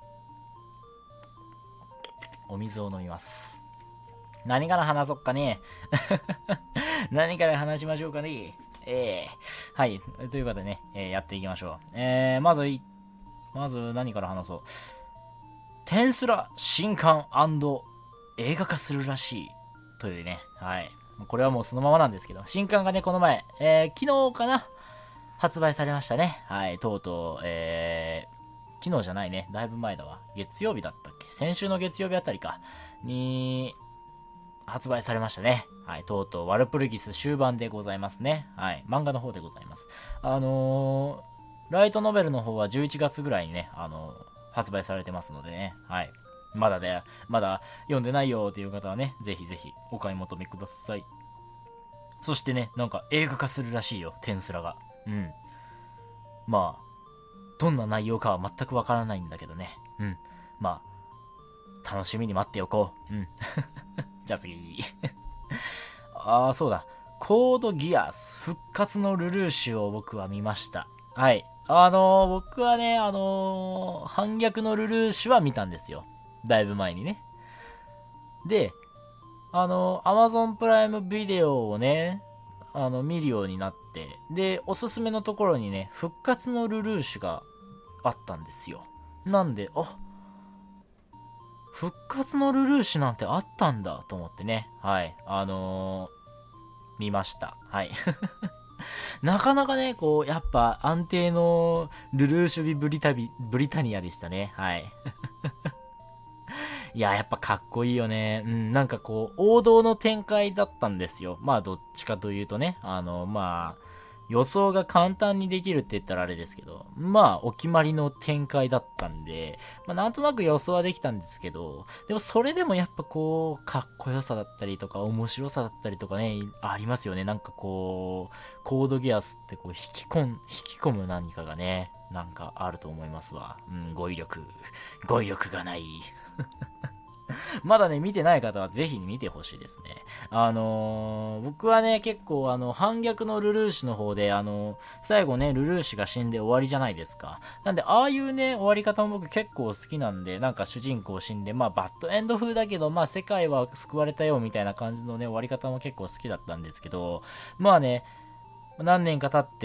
お水を飲みます。何から話そっかね何から話しましょうかね。えー、はい、ということでね、えー、やっていきましょう。えー、まずまず何から話そう。テンスラ新刊&映画化するらしいというね、はい、これはもうそのままなんですけど、新刊がねこの前、えー、昨日かな発売されましたね。はい、とうとう、えー、昨日じゃないね、だいぶ前だわ。月曜日だったっけ、先週の月曜日あたりかに発売されましたね。はい、とうとうワルプルギス終盤でございますね。はい、漫画の方でございます。あのー、ライトノベルの方はじゅういちがつぐらいにね、あのー、発売されてますのでね、はい。まだね、まだ読んでないよっていう方はね、ぜひぜひお買い求めください。そしてね、なんか映画化するらしいよ、テンスラが。うん。まあ、どんな内容かは全くわからないんだけどね。うん。まあ、楽しみに待っておこう。うん。じゃあ次。ああ、そうだ。コードギアス復活のルルーシュを僕は見ました。はい。あのー、僕はね、あのー、反逆のルルーシュは見たんですよ。だいぶ前にね。で、あの、Amazon プライムビデオをね、あの、見るようになって、で、おすすめのところにね、復活のルルーシュがあったんですよ。なんで、あ、復活のルルーシュなんてあったんだと思ってね、はい、あのー、見ました。はい。なかなかね、こう、やっぱ安定のルルーシュビブリタビ、ブリタニアでしたね。はい。 いや、やっぱかっこいいよね。うん、なんかこう、王道の展開だったんですよ。まあ、どっちかというとね、あの、まあ、予想が簡単にできるって言ったらあれですけど、まあ、お決まりの展開だったんで、まあ、なんとなく予想はできたんですけど、でもそれでもやっぱこう、かっこよさだったりとか、面白さだったりとかね、ありますよね。なんかこう、コードギアスってこう、引き込ん、引き込む何かがね、なんかあると思いますわ。うん、語彙力。語彙力がない。まだね、見てない方はぜひ見てほしいですね。あのー、僕はね、結構あの、反逆のルルーシュの方で、あのー、最後ね、ルルーシュが死んで終わりじゃないですか。なんで、ああいうね、終わり方も僕結構好きなんで、なんか主人公死んで、まあ、バッドエンド風だけど、まあ、世界は救われたよ、みたいな感じのね、終わり方も結構好きだったんですけど、まあね、何年か経って、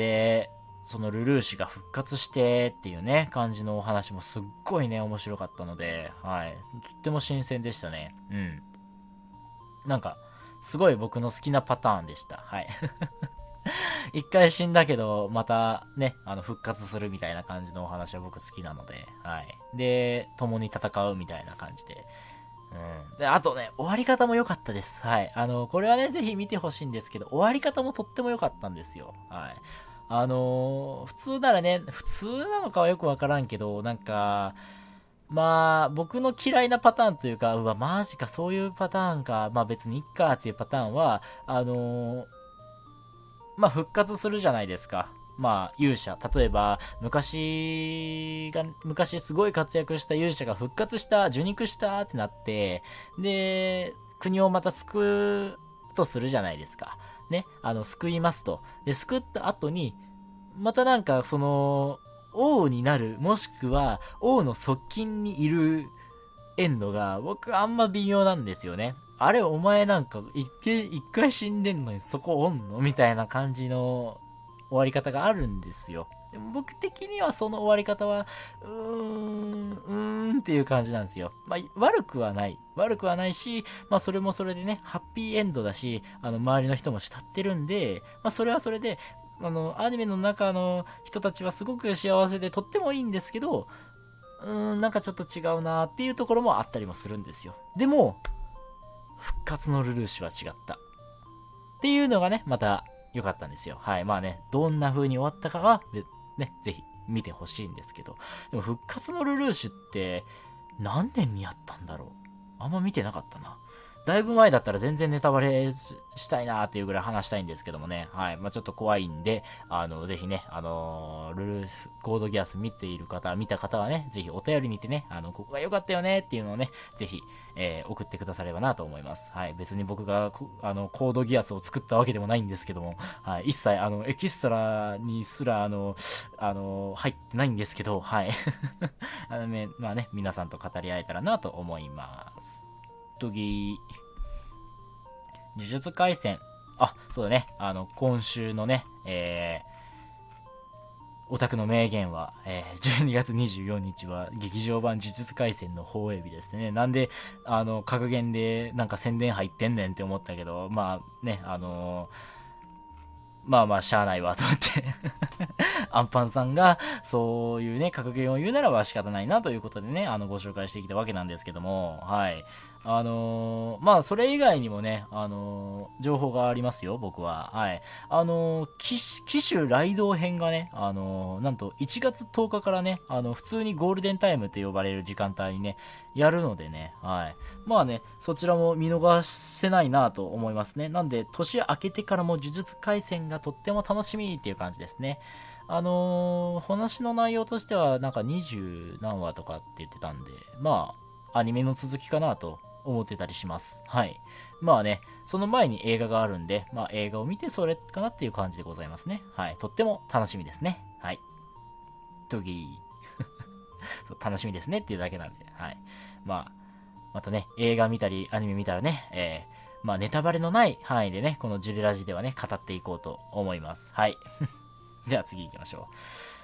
そのルルーシュが復活してっていうね、感じのお話もすっごいね、面白かったので、はい。とっても新鮮でしたね。うん。なんか、すごい僕の好きなパターンでした。はい。一回死んだけど、またね、あの、復活するみたいな感じのお話は僕好きなので、はい。で、共に戦うみたいな感じで。うん。で、あとね、終わり方も良かったです。はい。あの、これはね、ぜひ見てほしいんですけど、終わり方もとっても良かったんですよ。はい。あのー、普通ならね、普通なのかはよくわからんけど、なんか、まあ、僕の嫌いなパターンというか、うわ、マジか、そういうパターンか、まあ別にいっかっていうパターンは、あのー、まあ復活するじゃないですか。まあ、勇者。例えば、昔が、昔すごい活躍した勇者が復活した、受肉したってなって、で、国をまた救うとするじゃないですか。ね、あの、救いますと。で、救った後に、またなんか、その、王になる、もしくは、王の側近にいるエンドが、僕あんま微妙なんですよね。あれ、お前なんか、一回、一回死んでんのにそこおんのみたいな感じの終わり方があるんですよ。でも僕的にはその終わり方は、うーん、うーんっていう感じなんですよ。まあ、悪くはない。悪くはないし、まあそれもそれでね、ハッピーエンドだし、あの、周りの人も慕ってるんで、まあそれはそれで、あの、アニメの中の人たちはすごく幸せでとってもいいんですけど、うーん、なんかちょっと違うなーっていうところもあったりもするんですよ。でも、復活のルルーシュは違った。っていうのがね、また良かったんですよ。はい。まあね、どんな風に終わったかは、ね、ぜひ見てほしいんですけど。でも復活のルルーシュって何年にやったんだろう。あんま見てなかったな。だいぶ前だったら全然ネタバレしたいなーっていうぐらい話したいんですけどもね。はい。まあちょっと怖いんで、あの、ぜひね、あのー、ルルーシュ、コードギアス見ている方、見た方はね、ぜひお便り見てね、あの、ここが良かったよねっていうのをね、ぜひ、えー、送ってくださればなと思います。はい。別に僕が、あの、コードギアスを作ったわけでもないんですけども、はい。一切、あの、エキストラにすら、あの、あの、入ってないんですけど、はい。あのね、まあね、皆さんと語り合えたらなと思います。次、呪術廻戦。あ、そうだね。あの、今週のね、えー、オタクの名言は、えー、じゅうにがつにじゅうよっかは劇場版呪術廻戦の放映日ですね。なんで、あの、格言でなんか宣伝入ってんねんって思ったけど、まあね、あのー、まあまあ、しゃあないわ、と思って。アンパンさんが、そういうね、格言を言うならば仕方ないな、ということでね、あの、ご紹介してきたわけなんですけども、はい。あのー、まあ、それ以外にもね、あのー、情報がありますよ、僕は。はい。あのー、機種、機種雷道編がね、あのー、なんといちがつとおかからね、あの、普通にゴールデンタイムって呼ばれる時間帯にね、やるのでね、はい。まあね、そちらも見逃せないなと思いますね。なんで、年明けてからも呪術廻戦がとっても楽しみっていう感じですね。あのー、話の内容としては、なんかにじゅうなんわとかって言ってたんで、まあ、アニメの続きかなと思ってたりします。はい。まあね、その前に映画があるんで、まあ映画を見てそれかなっていう感じでございますね。はい。とっても楽しみですね。はい。トギー。そう楽しみですねっていうだけなんで、はい。まあ、またね、映画見たり、アニメ見たらね、えー、まあネタバレのない範囲でね、このジュレラジではね、語っていこうと思います。はい。じゃあ次行きましょう。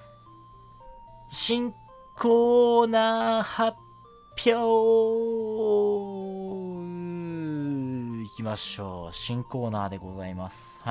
新コーナー発表行きましょう。新コーナーでございます。はい。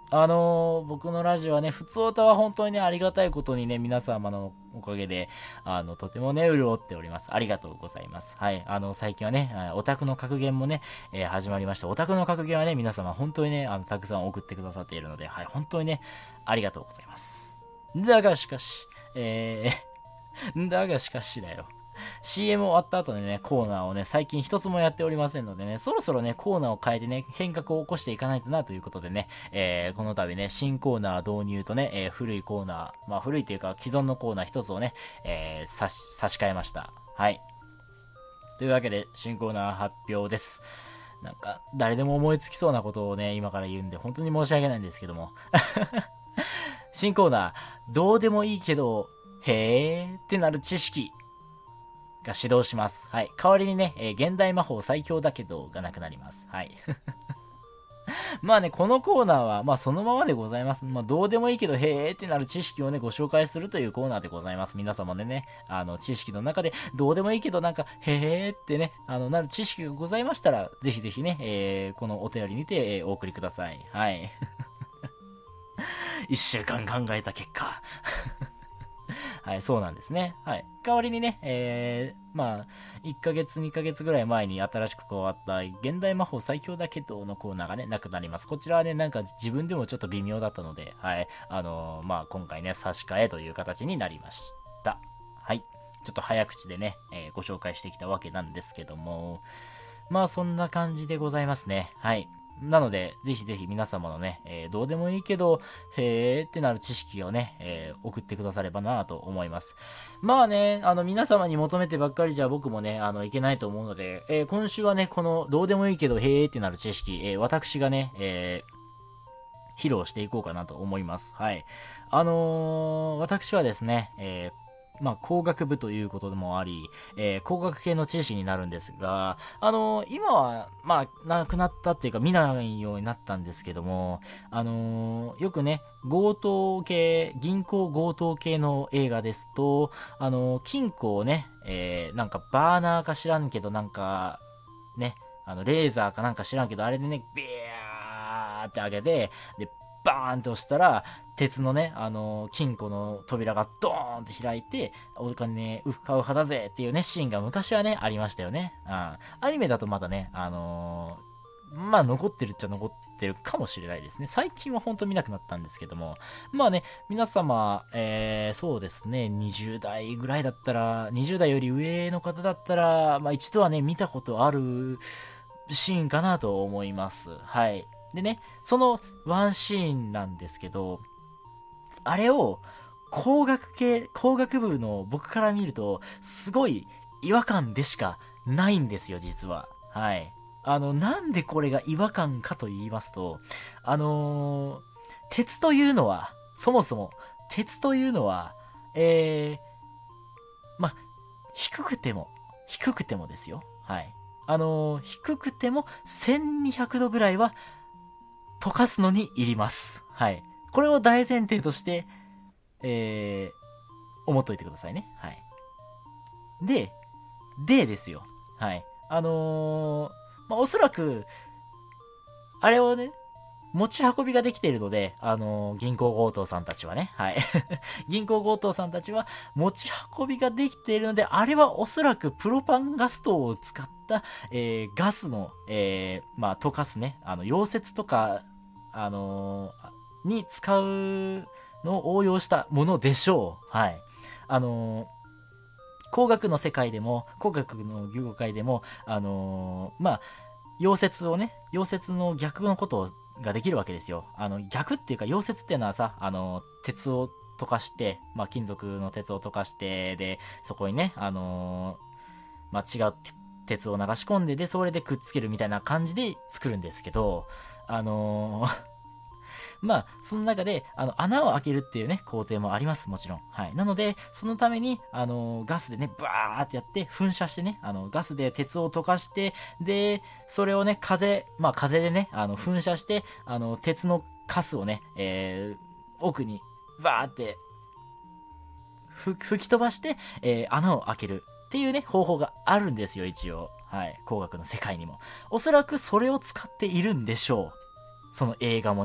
あのー、僕のラジオはね、普通歌は本当にね、ありがたいことにね、皆様のおかげで、あの、とてもね、潤っております。ありがとうございます。はい。あの、最近はね、オタクの格言もね、えー、始まりました。オタクの格言はね、皆様本当にね、あの、たくさん送ってくださっているので、はい、本当にね、ありがとうございます。だがしかし、えー、だがしかしだよ。シーエム 終わった後でね、コーナーをね、最近一つもやっておりませんのでね、そろそろね、コーナーを変えてね、変革を起こしていかないとなということでね、えー、この度ね、新コーナー導入とね、えー、古いコーナー、まあ古いというか既存のコーナー一つをね、えー、差し、差し替えました。はい。というわけで、新コーナー発表です。なんか、誰でも思いつきそうなことをね、今から言うんで、本当に申し訳ないんですけども。新コーナー、どうでもいいけど、へーってなる知識。が始動します。はい。代わりにね、えー、現代魔法最強だけどがなくなります。はい。まあね、このコーナーは、まあそのままでございます。まあどうでもいいけど、へーってなる知識をね、ご紹介するというコーナーでございます。皆様でね、あの、知識の中で、どうでもいいけど、なんか、へーってね、あの、なる知識がございましたら、ぜひぜひね、えー、このお便りにて、えー、お送りください。はい。一週間考えた結果。はい、そうなんですね。はい。代わりにね、えー、まあ、いっかげつ、にかげつぐらい前に新しく加わった、現代魔法最強だけどのコーナーがね、なくなります。こちらはね、なんか自分でもちょっと微妙だったので、はい。あのー、まあ、今回ね、差し替えという形になりました。はい。ちょっと早口でね、えー、ご紹介してきたわけなんですけども、まあ、そんな感じでございますね。はい。なので、ぜひぜひ皆様のね、えー、どうでもいいけど、へーってなる知識をね、えー、送ってくださればなと思います。まあね、あの、皆様に求めてばっかりじゃ僕もね、あの、いけないと思うので、えー、今週はね、この、どうでもいいけど、へーってなる知識、えー、私がね、えー、披露していこうかなと思います。はい。あのー、私はですね、えー、まあ、工学部ということでもあり、えー、工学系の知識になるんですが、あのー、今は、まあ、なくなったっていうか見ないようになったんですけども、あのー、よくね、強盗系、銀行強盗系の映画ですと、あのー、金庫をね、えー、なんかバーナーか知らんけど、なんか、ね、あの、レーザーかなんか知らんけど、あれでね、ビヤーって上げて、で、バーンと押したら、鉄のね、あのー、金庫の扉がドーンって開いて、お金、うふかうはだぜっていうね、シーンが昔はね、ありましたよね。うん。アニメだとまだね、あのー、まあ、残ってるっちゃ残ってるかもしれないですね。最近はほんと見なくなったんですけども。まあね、皆様、えー、そうですね、にじゅう代ぐらいだったら、にじゅう代より上の方だったら、まあ一度はね、見たことあるシーンかなと思います。はい。でね、そのワンシーンなんですけど、あれを工学系、工学部の僕から見ると、すごい違和感でしかないんですよ、実は。はい。あの、なんでこれが違和感かと言いますと、あのー、鉄というのは、そもそも、鉄というのは、えー、ま、低くても、低くてもですよ。はい。あのー、低くてもせんにひゃくどぐらいは、溶かすのにいります。はい。これを大前提として、えー、思っといてくださいね。はい。で、でですよ。はい。あのー、まあ、おそらく、あれをね、持ち運びができているので、あのー、銀行強盗さんたちはね、はい。銀行強盗さんたちは持ち運びができているので、あれはおそらくプロパンガス灯を使った、えー、ガスの、えー、まあ、溶かすね、あの、溶接とか、あのー、に使うのを応用したものでしょう。はい。あのー、工学の世界でも、工学の業界でも、あのー、まあ、溶接をね、溶接の逆のことができるわけですよ。あの、逆っていうか、溶接っていうのはさ、あの、鉄を溶かして、まあ、金属の鉄を溶かして、で、そこにね、あのー、まあ、違う鉄を流し込んで、で、それでくっつけるみたいな感じで作るんですけど、あのー、まあ、その中で、あの、穴を開けるっていうね、工程もあります、もちろん。はい。なので、そのために、あの、ガスでね、バーってやって、噴射してね、あの、ガスで鉄を溶かして、で、それをね、風、まあ、風でね、あの、噴射して、あの、鉄のカスをね、えー、奥に、バーって、ふ、吹き飛ばして、えー、穴を開けるっていうね、方法があるんですよ、一応。はい。工学の世界にも。おそらくそれを使っているんでしょう。その映画もね。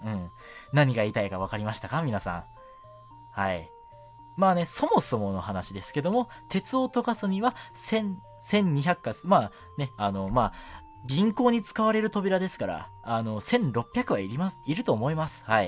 うん。何が言いたいか分かりましたか皆さん。はい。まあね、そもそもの話ですけども、鉄を溶かすにはせん、せんにひゃくか、まあね、あの、まあ、銀行に使われる扉ですから、あの、せんろっぴゃくはいります、いると思います。はい。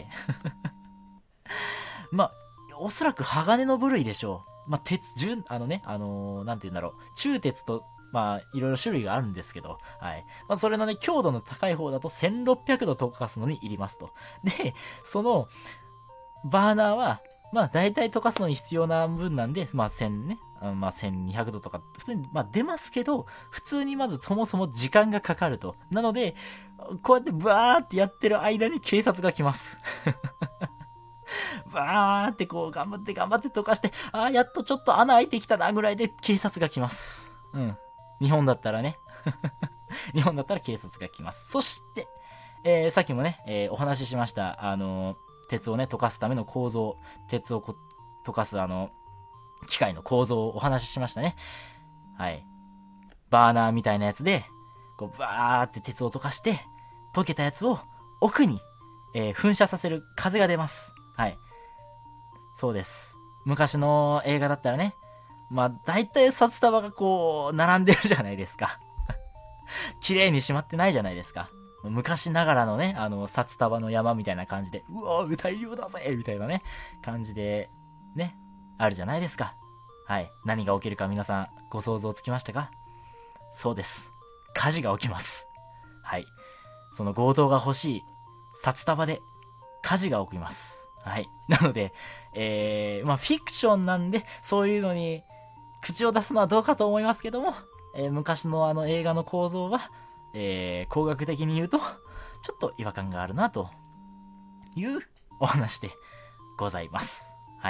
まあ、おそらく鋼の部類でしょう。まあ、鉄、純、あのね、あのー、なんて言うんだろう。鋳鉄と、まあ、いろいろ種類があるんですけど、はい。まあ、それのね、強度の高い方だとせんろっぴゃくど溶かすのにいりますと。で、その、バーナーは、まあ、大体溶かすのに必要な分なんで、まあ、せんね、まあ、せんにひゃくどとか、普通に、まあ、出ますけど、普通にまずそもそも時間がかかると。なので、こうやってバーってやってる間に警察が来ます。バーってこう、頑張って頑張って溶かして、ああ、やっとちょっと穴開いてきたなぐらいで警察が来ます。うん。日本だったらね。日本だったら警察が来ます。そして、えー、さっきもね、えー、お話ししました、あのー、鉄をね、溶かすための構造、鉄をこ溶かすあの、機械の構造をお話ししましたね。はい。バーナーみたいなやつで、こう、バーって鉄を溶かして、溶けたやつを奥に、えー、噴射させる風が出ます。はい。そうです。昔の映画だったらね、まあ、大体札束がこう、並んでるじゃないですか。綺麗にしまってないじゃないですか。昔ながらのね、あの、札束の山みたいな感じで、うわー、大量だぜみたいなね、感じで、ね、あるじゃないですか。はい。何が起きるか皆さん、ご想像つきましたか？そうです。火事が起きます。はい。その強盗が欲しい札束で火事が起きます。はい。なので、えー、まあ、フィクションなんで、そういうのに口を出すのはどうかと思いますけども、えー、昔のあの映画の構造は、えー、工学的に言うと、ちょっと違和感があるな、というお話でございます。はい。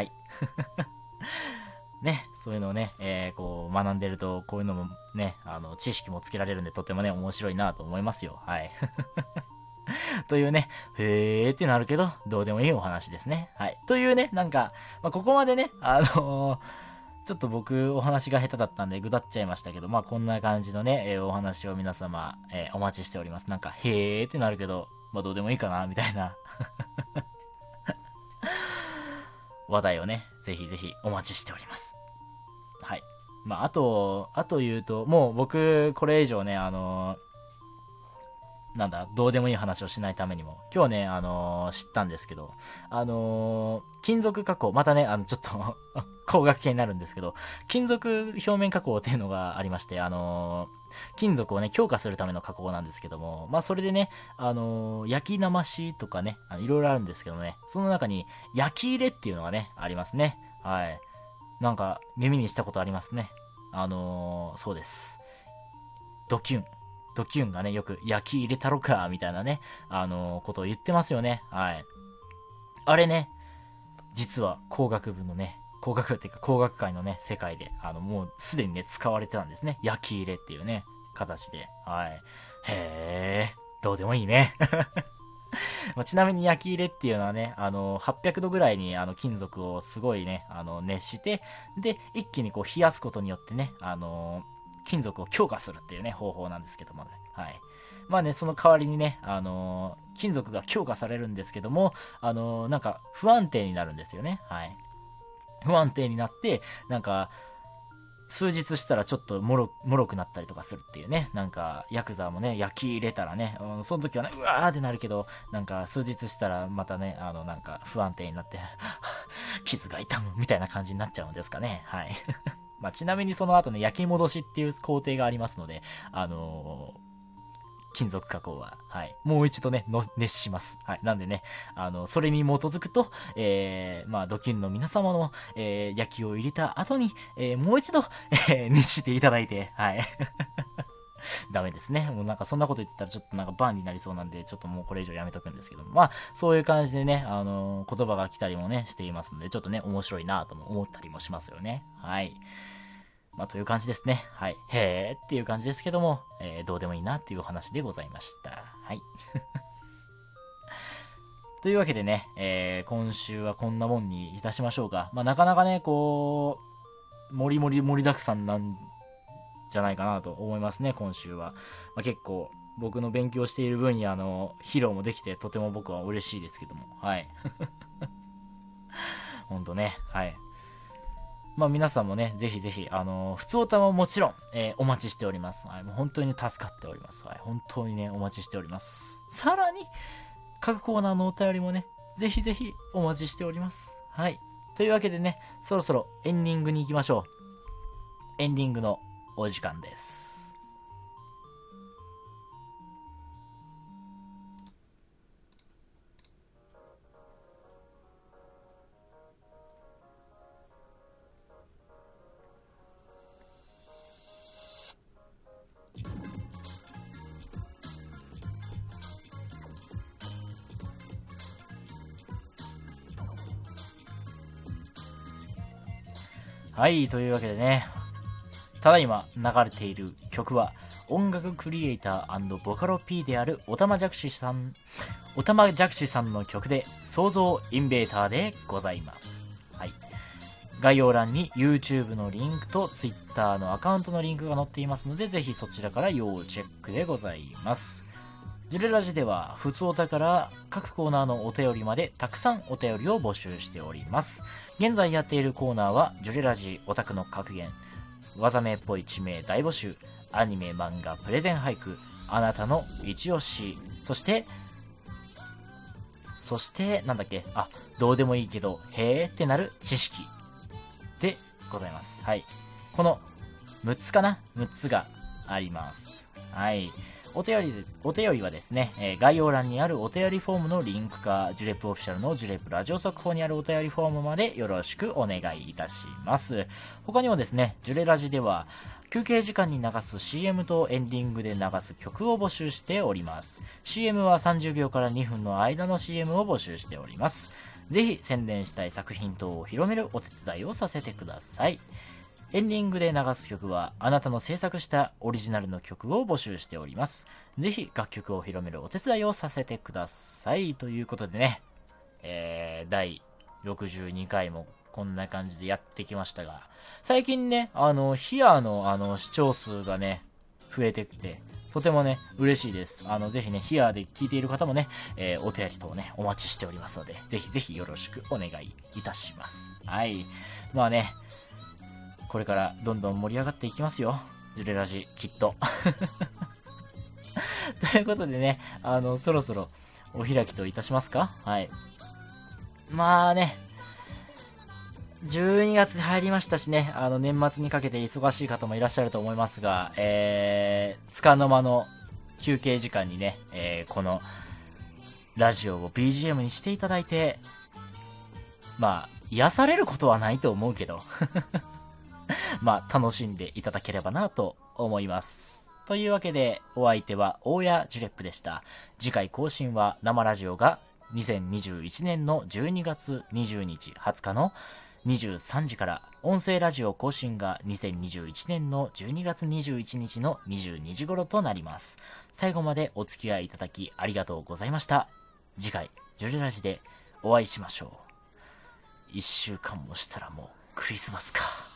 ね、そういうのをね、えー、こう、学んでると、こういうのもね、あの、知識もつけられるんで、とってもね、面白いなと思いますよ。はい。というね、へーってなるけど、どうでもいいお話ですね。はい。というね、なんか、まあ、ここまでね、あのー、ちょっと僕、お話が下手だったんで、ぐだっちゃいましたけど、まあ、こんな感じのね、えー、お話を皆様、えー、お待ちしております。なんか、へーってなるけど、まあ、どうでもいいかな、みたいな。話題をね、ぜひぜひお待ちしております。はい。まあ、あと、あと言うと、もう僕、これ以上ね、あのー、なんだ、どうでもいい話をしないためにも、今日ね、あのー、知ったんですけど、あのー、金属加工、またね、あの、ちょっと、工学系になるんですけど、金属表面加工っていうのがありまして、あのー、金属をね、強化するための加工なんですけども、まあ、それでね、あのー、焼きなましとかね、あのいろいろあるんですけどね、その中に、焼き入れっていうのがね、ありますね。はい。なんか、耳にしたことありますね。あのー、そうです。ドキュン。ドキュンがね、よく焼き入れたろか、みたいなね、あのー、ことを言ってますよね。はい。あれね、実は工学部のね、工学部っていうか工学界のね、世界で、あの、もうすでにね、使われてたんですね。焼き入れっていうね、形で。はい。へー、どうでもいいね。まあ、ちなみに焼き入れっていうのはね、あの、はっぴゃくどぐらいにあの金属をすごいね、あの、熱して、で、一気にこう冷やすことによってね、あの、金属を強化するっていうね、方法なんですけどもね。はい。まあね、その代わりにね、あのー、金属が強化されるんですけども、あのー、なんか不安定になるんですよね。はい。不安定になって、なんか、数日したらちょっともろ、もろくなったりとかするっていうね。なんか、ヤクザもね、焼き入れたらね、うん、その時はね、うわーってなるけど、なんか、数日したらまたね、あの、なんか、不安定になって、傷が痛むみたいな感じになっちゃうんですかね。はい。まあ、ちなみにその後ね、焼き戻しっていう工程がありますので、あのー、金属加工は、はい。もう一度ね、の熱します。はい。なんでね、あの、それに基づくと、えー、まあ、ドキュンの皆様の、えー、焼きを入れた後に、えー、もう一度、えー、熱していただいて、はい。ダメですね。もうなんかそんなこと言ってたらちょっとなんかバーンになりそうなんで、ちょっともうこれ以上やめとくんですけども。まあ、そういう感じでね、あのー、言葉が来たりもね、していますので、ちょっとね、面白いなとも思ったりもしますよね。はい。まあ、という感じですね。はい。へーっていう感じですけども、えー、どうでもいいなっていうお話でございました。はい。というわけでね、えー、今週はこんなもんにいたしましょうか。まあ、なかなかね、こう、もりもり盛りだくさんなんじゃないかなと思いますね、今週は。まあ、結構、 僕の勉強している分野の披露もできて、とても僕は嬉しいですけども、はい。ほんとね、はい。まあ皆さんもね、ぜひぜひ、あのー、普通歌ももちろん、えー、お待ちしております。はい、もう本当に助かっております。はい、本当にね、お待ちしております。さらに、各コーナーのお便りもね、ぜひぜひお待ちしております。はい。というわけでね、そろそろエンディングに行きましょう。エンディングのお時間です。はい、というわけでね、ただいま流れている曲は、音楽クリエイター&ボカロ P であるおたまじゃくしさん、おたまじゃくしさんの曲で、創造インベーターでございます。はい。概要欄に YouTube のリンクと Twitter のアカウントのリンクが載っていますので、ぜひそちらから要チェックでございます。ジュレラジでは、ふつおたから各コーナーのお便りまでたくさんお便りを募集しております。現在やっているコーナーは、ジュレラジオタクの格言、技名っぽい地名大募集、アニメ漫画プレゼン俳句、あなたの一押し、そして、そして、なんだっけ、あ、どうでもいいけど、へーってなる知識でございます。はい。このむっつかな ?むっ つがあります。はい。お便り、お便りはですね、えー、概要欄にあるお便りフォームのリンクか、ジュレップオフィシャルのジュレップラジオ速報にあるお便りフォームまでよろしくお願いいたします。他にもですね、ジュレラジでは、休憩時間に流す シーエム とエンディングで流す曲を募集しております。シーエム はさんじゅうびょうからにふんの間の シーエム を募集しております。ぜひ宣伝したい作品等を広めるお手伝いをさせてください。エンディングで流す曲はあなたの制作したオリジナルの曲を募集しております。ぜひ楽曲を広めるお手伝いをさせてください。ということでね、えー、だいろくじゅうにかいもこんな感じでやってきましたが、最近ね、あの、ヒアのあの視聴数がね、増えてきて、とてもね、嬉しいです。あの、ぜひね、ヒアで聞いている方もね、えー、お便り等をね、お待ちしておりますので、ぜひぜひよろしくお願いいたします。はい。まあね、これからどんどん盛り上がっていきますよ。ジュレラジ、きっと。ということでね、あの、そろそろお開きといたしますか？はい。まあね、じゅうにがつに入りましたしね、あの、年末にかけて忙しい方もいらっしゃると思いますが、えー、つかの間の休憩時間にね、えー、このラジオを ビージーエム にしていただいて、まあ、癒されることはないと思うけど、まあ、楽しんでいただければなと思います。というわけで、お相手は大谷ジュレップでした。次回更新は生ラジオがにせんにじゅういちねんのじゅうにがつにじゅうにちはつかのにじゅうさんじから、音声ラジオ更新がにせんにじゅういちねんのじゅうにがつにじゅういちにちのにじゅうにじ頃となります。最後までお付き合いいただきありがとうございました。次回、ジュレラジでお会いしましょう。いっしゅうかんもしたらもうクリスマスか。